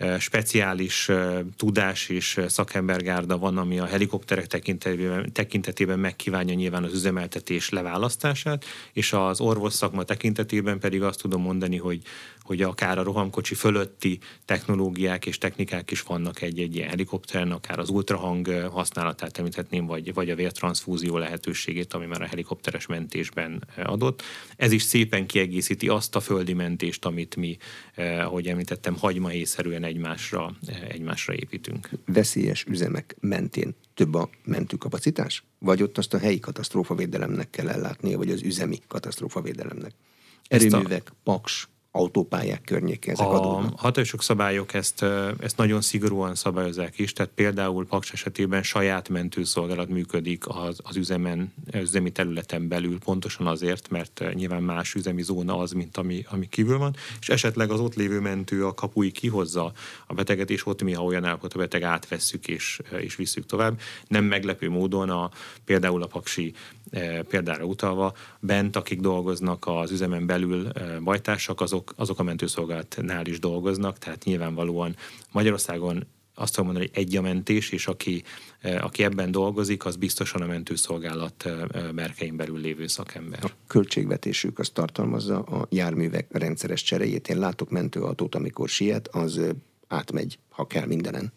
speciális tudás és szakembergárda van, ami a helikopterek tekintetében, tekintetében megkívánja nyilván az üzemeltetés leválasztását, és az orvos szakma tekintetében pedig azt tudom mondani, hogy, hogy akár a rohamkocsi fölötti technológiák és technikák is vannak egy-egy ilyen helikopteren, akár az ultrahang használatát említhetném, vagy, vagy a vértranszfúzió lehetőségét, ami már a helikopteres mentésben adott. Ez is szépen kiegészíti azt a földi mentést, amit mi, ahogy említettem, hagymahéjszerűen egymásra, egymásra építünk. Veszélyes üzemek mentén több a mentőkapacitás? Vagy ott azt a helyi katasztrófavédelemnek kell ellátnia, vagy az üzemi katasztrófavédelemnek? Erőművek, a... paks, autópályák környékén ezek adódnak. A hatósok szabályok ezt, ezt nagyon szigorúan szabályozzák is, tehát például Paks esetében saját mentőszolgálat működik az, az üzemen, üzemi területen belül, pontosan azért, mert nyilván más üzemi zóna az, mint ami, ami kívül van, és esetleg az ott lévő mentő a kapui kihozza a beteget, és ott mi, ha olyan állapot a beteg, átvesszük és, és visszük tovább. Nem meglepő módon a, például a paksi példára utalva, bent, akik dolgoznak az üzemen belül bajtársak, azok, azok a mentőszolgálatnál is dolgoznak, tehát nyilvánvalóan Magyarországon azt tudom mondani, hogy egy a mentés, és aki, aki ebben dolgozik, az biztosan a mentőszolgálat berkein belül lévő szakember. A költségvetésük azt tartalmazza a járművek rendszeres cseréjét. Én látok mentőautót, amikor siet, az átmegy, ha kell, mindenen.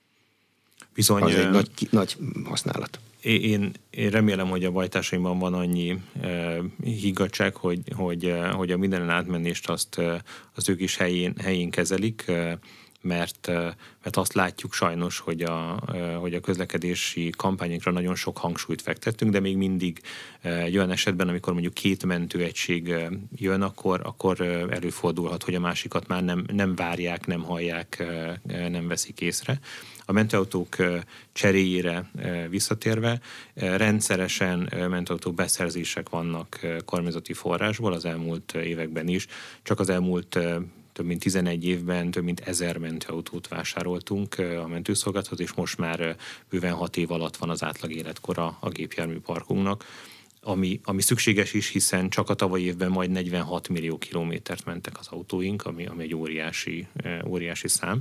Bizony, az egy nagy, nagy használat. Én, én remélem, hogy a bajtársaimban van annyi e, higgadtság, hogy, hogy, e, hogy a mindenen átmenést azt, e, azt ők is helyén, helyén kezelik, e, mert, e, mert azt látjuk sajnos, hogy a, e, hogy a közlekedési kampányokra nagyon sok hangsúlyt fektettünk, de még mindig e, egy olyan esetben, amikor mondjuk két mentőegység e, jön, akkor, akkor e, előfordulhat, hogy a másikat már nem, nem várják, nem hallják, e, nem veszik észre. A mentőautók cseréjére visszatérve, rendszeresen mentőautók beszerzések vannak kormányzati forrásból az elmúlt években is. Csak az elmúlt több mint tizenegy évben több mint ezer mentőautót vásároltunk a mentőszolgálathoz, és most már bőven hat év alatt van az átlag életkora a gépjárműparkunknak, ami, ami szükséges is, hiszen csak a tavalyi évben majd negyvenhat millió kilométert mentek az autóink, ami, ami egy óriási, óriási szám.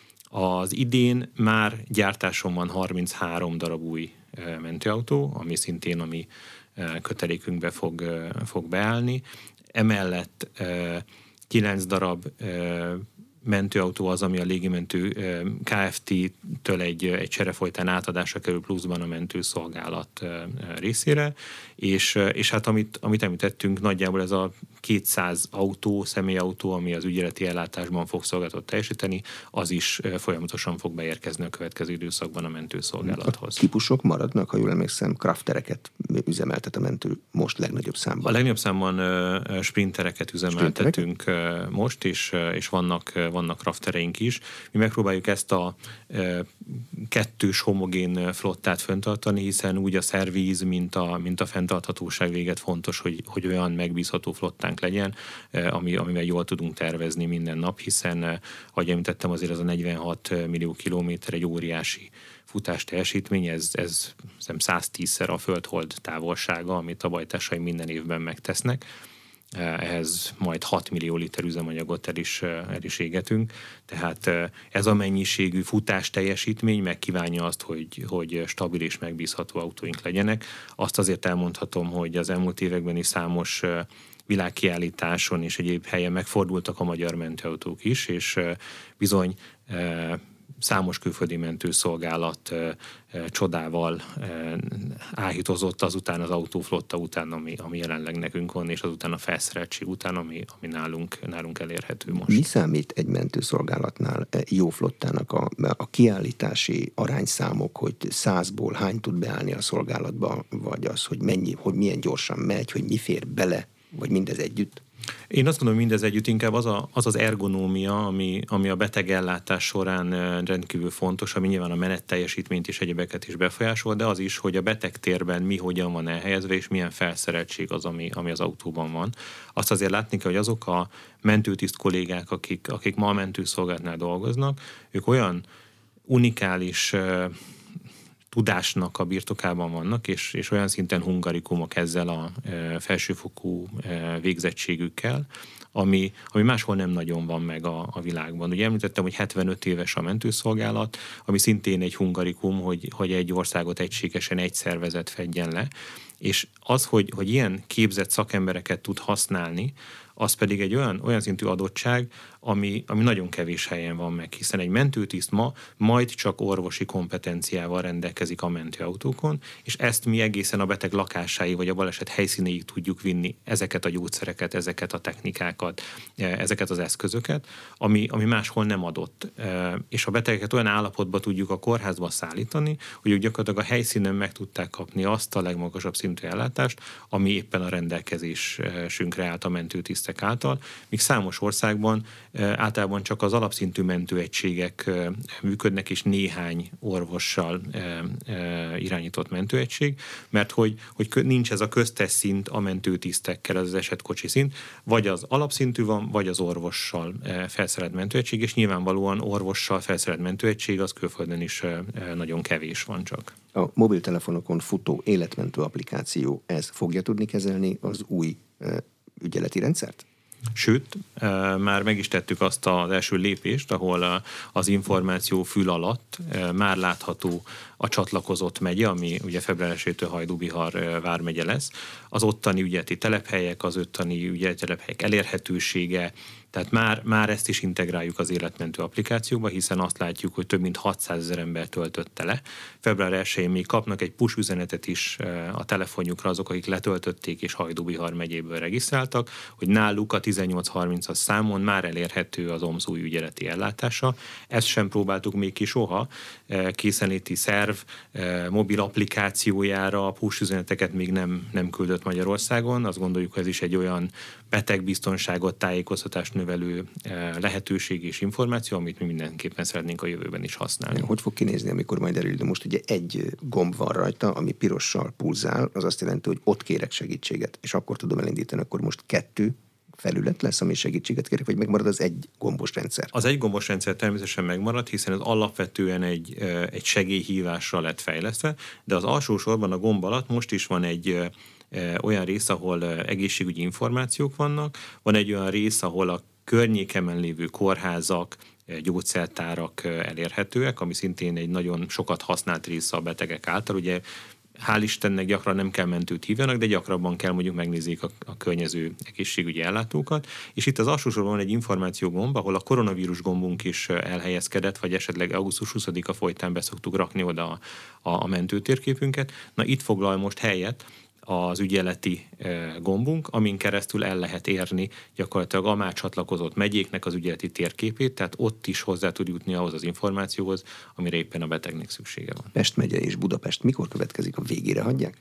Az idén már gyártáson van harminchárom darab új mentőautó, ami szintén a mi kötelékünkbe fog, fog beállni. Emellett kilenc darab mentőautó az, ami a légimentő Kft-től egy, egy csere folytán átadásra kerül pluszban a mentőszolgálat részére, és, és hát amit, amit említettünk, nagyjából ez a kétszáz autó, személyautó, ami az ügyeleti ellátásban fog szolgálatot teljesíteni, az is folyamatosan fog beérkezni a következő időszakban a mentőszolgálathoz. A típusok maradnak, ha jól emlékszem, craftereket üzemeltet a mentő most legnagyobb számban. A legnagyobb számban sprintereket üzemeltetünk Sprinterek? most, és, és vannak vannak craftereink is. Mi megpróbáljuk ezt a e, kettős homogén flottát fenntartani, hiszen úgy a szervíz, mint a, mint a fenntarthatóság véget fontos, hogy, hogy olyan megbízható flottánk legyen, e, ami, amivel jól tudunk tervezni minden nap, hiszen, e, ahogy említettem, azért az a negyvenhat millió kilométer egy óriási futás teljesítmény, ez, ez száztízszer a föld-hold távolsága, amit a bajtársaim minden évben megtesznek. Ehhez majd hat millió liter üzemanyagot el is, el is égetünk. Tehát ez a mennyiségű futás teljesítmény megkívánja azt, hogy, hogy stabil és megbízható autóink legyenek. Azt azért elmondhatom, hogy az elmúlt években is számos világkiállításon és egyéb helyen megfordultak a magyar mentőautók is, és bizony számos külföldi mentőszolgálat e, e, csodával e, áhítozott azután az autóflotta után, ami, ami jelenleg nekünk van, és azután a felszereltség után, ami, ami nálunk, nálunk elérhető most. Mi számít egy mentőszolgálatnál jó flottának a, a kiállítási arányszámok, hogy százból hány tud beállni a szolgálatba, vagy az, hogy mennyi, hogy milyen gyorsan megy, hogy mi fér bele, vagy mindez együtt? Én azt gondolom, mindez együtt inkább az a, az, az ergonómia, ami, ami a betegellátás során rendkívül fontos, ami nyilván a menetteljesítményt és egyebeket is befolyásol, de az is, hogy a betegtérben mi hogyan van elhelyezve, és milyen felszereltség az, ami, ami az autóban van. Azt azért látni kell, hogy azok a mentőtiszt kollégák, akik, akik ma a mentőszolgálatnál dolgoznak, ők olyan unikális tudásnak a birtokában vannak, és, és olyan szinten hungarikumok ezzel a felsőfokú végzettségükkel, ami, ami máshol nem nagyon van meg a, a világban. Ugye említettem, hogy hetvenöt éves a mentőszolgálat, ami szintén egy hungarikum, hogy, hogy egy országot egységesen egy szervezet fedjen le, és az, hogy, hogy ilyen képzett szakembereket tud használni, az pedig egy olyan, olyan szintű adottság, ami, ami nagyon kevés helyen van meg, hiszen egy mentőtiszt ma majd csak orvosi kompetenciával rendelkezik a mentőautókon, és ezt mi egészen a beteg lakásáig vagy a baleset helyszínéig tudjuk vinni, ezeket a gyógyszereket, ezeket a technikákat, ezeket az eszközöket, ami, ami máshol nem adott. És a betegeket olyan állapotba tudjuk a kórházba szállítani, hogy ők gyakorlatilag a helyszínen meg tudták kapni azt a legmagasabb szintű ellátást, ami éppen a rendelkezésünkre állt a mentőtisztek által, míg számos országban általában csak az alapszintű mentőegységek működnek, és néhány orvossal irányított mentőegység, mert hogy, hogy nincs ez a köztes szint a mentőtisztekkel, ez az esetkocsi szint, vagy az alapszintű van, vagy az orvossal felszerelt mentőegység, és nyilvánvalóan orvossal felszerelt mentőegység az külföldön is nagyon kevés van csak. A mobiltelefonokon futó életmentő applikáció, ez fogja tudni kezelni az új ügyeleti rendszert? Sőt, már meg is tettük azt az első lépést, ahol az információ fül alatt már látható a csatlakozott megye, ami ugye február elsejétől Hajdú-Bihar vármegye lesz, az ottani ügyeleti telephelyek, az ottani ügyeleti telephelyek elérhetősége, tehát már, már ezt is integráljuk az életmentő applikációba, hiszen azt látjuk, hogy több mint hatszázezer ember töltötte le. február elsején még kapnak egy push üzenetet is a telefonjukra azok, akik letöltötték és Hajdú-Bihar megyéből regisztráltak, hogy náluk a tizennyolc harmincas számon már elérhető az o em es új ügyeleti ellátása. Ezt sem próbáltuk még ki soha. Készenléti szerv mobil applikációjára a push üzeneteket még nem, nem küldött Magyarországon. Azt gondoljuk, hogy ez is egy olyan betegbiztonságot, tájékoztatást növelő lehetőség és információ, amit mi mindenképpen szeretnénk a jövőben is használni. Hogy fog kinézni, amikor majd elindul? Most ugye egy gomb van rajta, ami pirossal pulzál, az azt jelenti, hogy ott kérek segítséget, és akkor tudom elindítani, akkor most kettő felület lesz, ami segítséget kérek, vagy megmarad az egy gombos rendszer? Az egy gombos rendszer természetesen megmarad, hiszen ez alapvetően egy, egy segélyhívásra lett fejlesztve, de az alsó sorban a gomb alatt most is van egy olyan rész, ahol egészségügyi információk vannak, van egy olyan rész, ahol a környékemen lévő kórházak, gyógyszertárak elérhetőek, ami szintén egy nagyon sokat használt része a betegek által. Ugye hál' Istennek gyakran nem kell mentőt hívjanak, de gyakrabban kell mondjuk megnézzék a, a környező egészségügyi ellátókat. És itt az alsósorban van egy információ gomb, ahol a koronavírus gombunk is elhelyezkedett, vagy esetleg augusztus huszadika folytán be szoktuk rakni oda a, a, a mentőtérképünket. Na itt foglal most helyet az ügyeleti gombunk, amin keresztül el lehet érni gyakorlatilag a már csatlakozott megyéknek az ügyeleti térképét, tehát ott is hozzá tud jutni ahhoz az információhoz, amire éppen a betegnek szüksége van. Pest megye és Budapest mikor következik? A végére hagyják?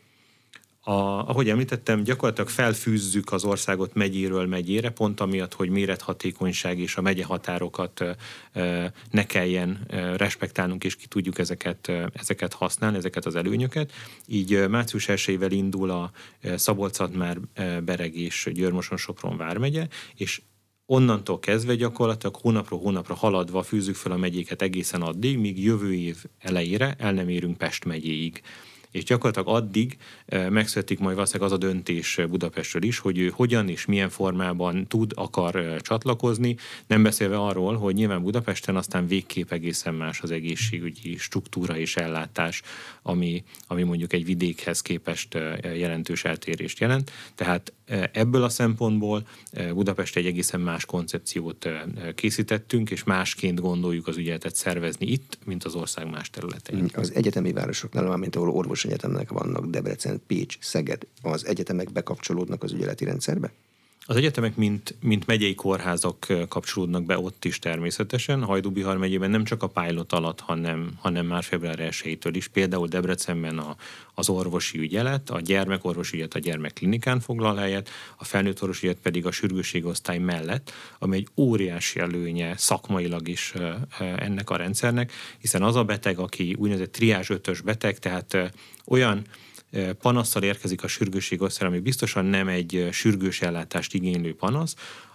A, ahogy említettem, gyakorlatilag felfűzzük az országot megyéről megyére, pont amiatt, hogy mérethatékonyság és a megye határokat e, ne kelljen e, respektálnunk, és ki tudjuk ezeket, e, ezeket használni, ezeket az előnyöket. Így e, március elsejével indul a e, Szabolcs-Szatmár, e, Bereg és Győr-Moson-Sopron vármegye, és onnantól kezdve gyakorlatilag hónapról hónapra haladva fűzzük fel a megyéket egészen addig, míg jövő év elejére el nem érünk Pest megyéig. És gyakorlatilag addig megszületik majd valószínűleg az a döntés Budapestről is, hogy ő hogyan és milyen formában tud, akar csatlakozni, nem beszélve arról, hogy nyilván Budapesten aztán végképp egészen más az egészségügyi struktúra és ellátás, ami, ami mondjuk egy vidékhez képest jelentős eltérést jelent. Tehát ebből a szempontból Budapest egy egészen más koncepciót készítettünk, és másként gondoljuk az ügyeletet szervezni itt, mint az ország más területein. Az egyetemi városoknál, mint ahol orvosegyetemnek vannak, Debrecen, Pécs, Szeged, az egyetemek bekapcsolódnak az ügyeleti rendszerbe? Az egyetemek, mint, mint megyei kórházak kapcsolódnak be ott is természetesen. Hajdú-Bihar megyében nem csak a pilot alatt, hanem, hanem már február elsejétől is. Például Debrecenben a, az orvosi ügyelet, a gyermekorvosi ügyelet a gyermekklinikán foglal helyet, a felnőtt orvosi ügyelet pedig a sürgősségosztály mellett, ami egy óriási előnye szakmailag is ennek a rendszernek, hiszen az a beteg, aki úgynevezett triázs ötös beteg, tehát olyan panasszal érkezik a sürgősségosztályra, ami biztosan nem egy sürgős ellátást igénylő panasz,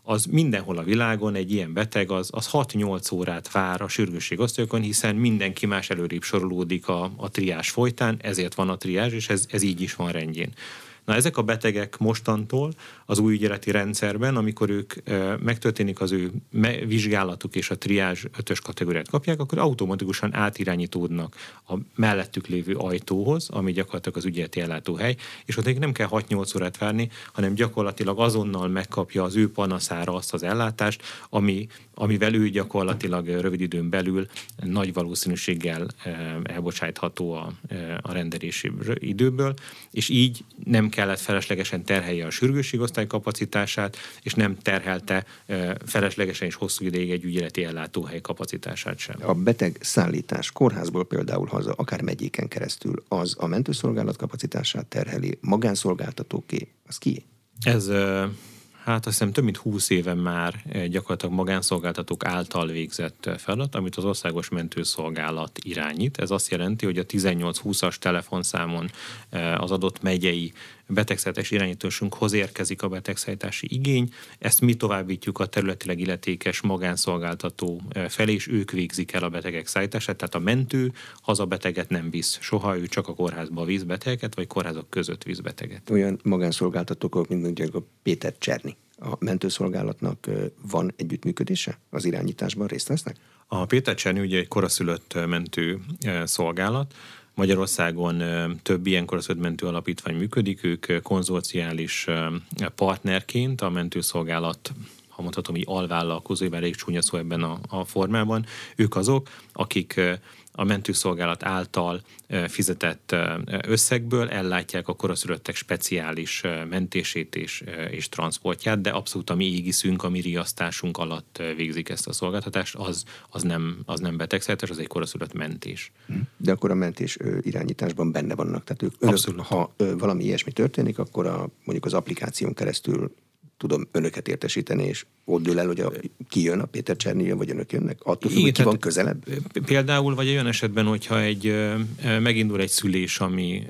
az mindenhol a világon egy ilyen beteg az, az hat-nyolc órát vár a sürgősségosztályokon, hiszen mindenki más előrébb sorolódik a, a triázs folytán, ezért van a triázs, és ez, ez így is van rendjén. Na, ezek a betegek mostantól az új ügyeleti rendszerben, amikor ők e, megtörténik az ő me- vizsgálatuk és a triázs ötös kategóriát kapják, akkor automatikusan átirányítódnak a mellettük lévő ajtóhoz, ami gyakorlatilag az ügyeleti ellátóhely, és ott nem kell hat-nyolc órát várni, hanem gyakorlatilag azonnal megkapja az ő panaszára azt az ellátást, ami, amivel ő gyakorlatilag rövid időn belül nagy valószínűséggel e, elbocsájtható a, e, a rendelési időből, és így nem kellett feleslegesen terhelje a sürgősségosztály kapacitását, és nem terhelte e, feleslegesen és hosszú ideig egy ügyeleti ellátóhely kapacitását sem. A beteg szállítás kórházból például haza, akár megyéken keresztül, az a mentőszolgálat kapacitását terheli, magánszolgáltatóké, az ki? Ez... E, Hát azt hiszem több mint húsz éven már gyakorlatilag magánszolgáltatók által végzett feladat, amit az Országos Mentőszolgálat irányít. Ez azt jelenti, hogy a tizennyolc húszas telefonszámon az adott megyei betegszállítási irányítósunkhoz érkezik a betegszállítási igény. Ezt mi továbbítjuk a területileg illetékes magánszolgáltató felé, és ők végzik el a betegek szállítását. Tehát a mentő hazabeteget nem visz soha, ő csak a kórházba visz betegeket, vagy kórházak között visz beteget. Olyan magánszolgáltatók, mint mondjuk a Péter Cserny. A mentőszolgálatnak van együttműködése? Az irányításban részt vesznek? A Péter Cserny ugye egy koraszülött mentő szolgálat. Magyarországon több ilyen koraszülött mentő alapítvány működik, ők konzorciális partnerként a mentőszolgálat, ha mondhatom így, alvállalkozói, elég csúnya szó ebben a, a formában. Ők azok, akik a mentőszolgálat által fizetett összegből ellátják a koraszülöttek speciális mentését és, és transportját, de abszolút a mi égiszünk, a mi riasztásunk alatt végzik ezt a szolgáltatást, az, az nem, az nem betegszállítás, az egy koraszülött mentés. De akkor a mentés irányításban benne vannak, tehát ők önök, ha valami ilyesmi történik, akkor a, mondjuk az applikáción keresztül tudom önöket értesíteni, és ott dől el, hogy a, ki jön, a Péter Cserny jön, vagy önök jönnek? Attól függ, hogy ki van közelebb? Például, vagy olyan esetben, hogyha egy, megindul egy szülés, ami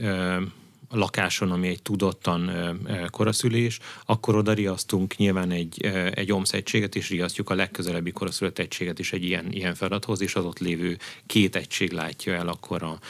a lakáson, ami egy tudottan koraszülés, akkor oda riasztunk nyilván egy, egy o em es egységet, és riasztjuk a legközelebbi koraszülött egységet is egy ilyen, ilyen feladathoz, és az ott lévő két egység látja el akkor a,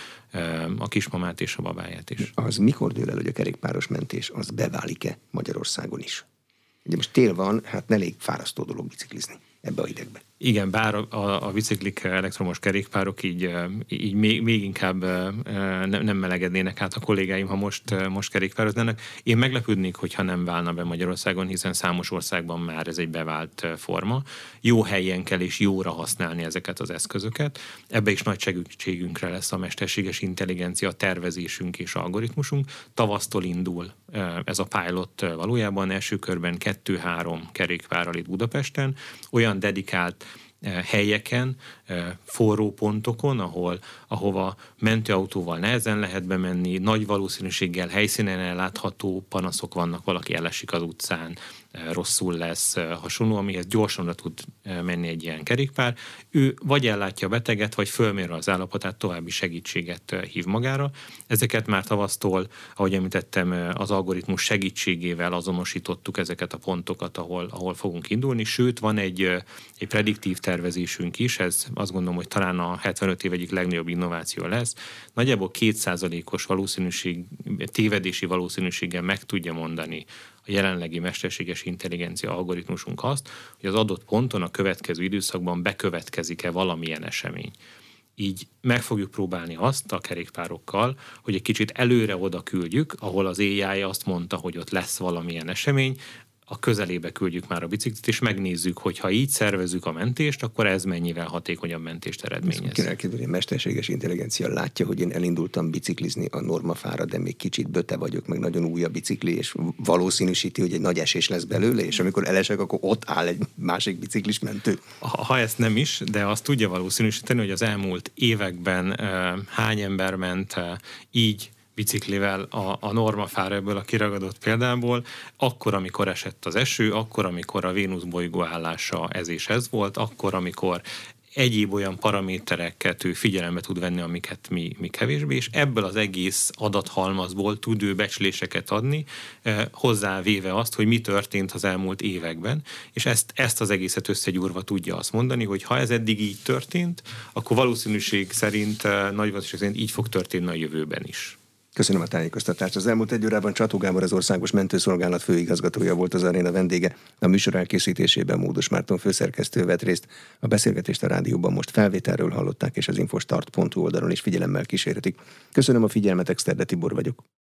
a kismamát és a babáját is. Az mikor dől el, hogy a kerékpáros mentés az beválik-e Magyarországon is? Ugye most tél van, hát elég fárasztó dolog biciklizni ebbe a hidegbe. Igen, bár a, a, a biciklik, elektromos kerékpárok így, így még, még inkább nem, nem melegednének át a kollégáim, ha most, most kerékpároznának. Én meglepődnék, hogyha nem válna be Magyarországon, hiszen számos országban már ez egy bevált forma. Jó helyen kell és jóra használni ezeket az eszközöket. Ebbe is nagy segítségünkre lesz a mesterséges intelligencia, tervezésünk és algoritmusunk. Tavasztól indul ez a pilot valójában, első körben kettő-három kerékpárral itt Budapesten, olyan dedikált helyeken, forró pontokon, ahol, ahova mentőautóval nehezen lehet bemenni, nagy valószínűséggel helyszínen ellátható panaszok vannak, valaki elesik az utcán, rosszul lesz, hasonló, amihez gyorsan tud menni egy ilyen kerékpár. Ő vagy ellátja a beteget, vagy fölmérve az állapotát, további segítséget hív magára. Ezeket már tavasztól, ahogy említettem, az algoritmus segítségével azonosítottuk ezeket a pontokat, ahol, ahol fogunk indulni, sőt, van egy, egy prediktív tervezésünk is, ez azt gondolom, hogy talán a hetvenöt év egyik legnagyobb innováció lesz. Nagyjából két százalékos valószínűség, tévedési valószínűséggel meg tudja mondani a jelenlegi mesterséges intelligencia algoritmusunk azt, hogy az adott ponton a következő időszakban bekövetkezik-e valamilyen esemény. Így meg fogjuk próbálni azt a kerékpárokkal, hogy egy kicsit előre oda küldjük, ahol az á i azt mondta, hogy ott lesz valamilyen esemény, a közelébe küldjük már a biciklit, és megnézzük, hogy ha így szervezzük a mentést, akkor ez mennyivel hatékonyabb mentést eredményez. Királykérdően, a mesterséges intelligencia látja, hogy én elindultam biciklizni a normafára, de még kicsit böte vagyok, meg nagyon új a bicikli, és valószínűsíti, hogy egy nagy esés lesz belőle, és amikor elesek, akkor ott áll egy másik biciklis mentő. Ha, ha ezt nem is, de azt tudja valószínűsíteni, hogy az elmúlt években uh, hány ember ment uh, így biciklivel a, a normafára ebből a kiragadott példából, akkor, amikor esett az eső, akkor, amikor a Vénusz bolygó állása ez és ez volt, akkor, amikor egyéb olyan paramétereket ő figyelembe tud venni, amiket mi, mi kevésbé, és ebből az egész adathalmazból tud ő becsléseket adni, hozzávéve azt, hogy mi történt az elmúlt években, és ezt, ezt az egészet összegyúrva tudja azt mondani, hogy ha ez eddig így történt, akkor valószínűség szerint, nagy valószínűség szerint így fog történni a jövőben is. Köszönöm a tájékoztatást. Az elmúlt egy órában Csató Gábor, az Országos Mentőszolgálat főigazgatója volt az aréna vendége. A műsor elkészítésében Módos Márton főszerkesztő vett részt. A beszélgetést a rádióban most felvételről hallották, és az infostart pont hu oldalon is figyelemmel kísérhetik. Köszönöm a figyelmet, Exterde Tibor vagyok.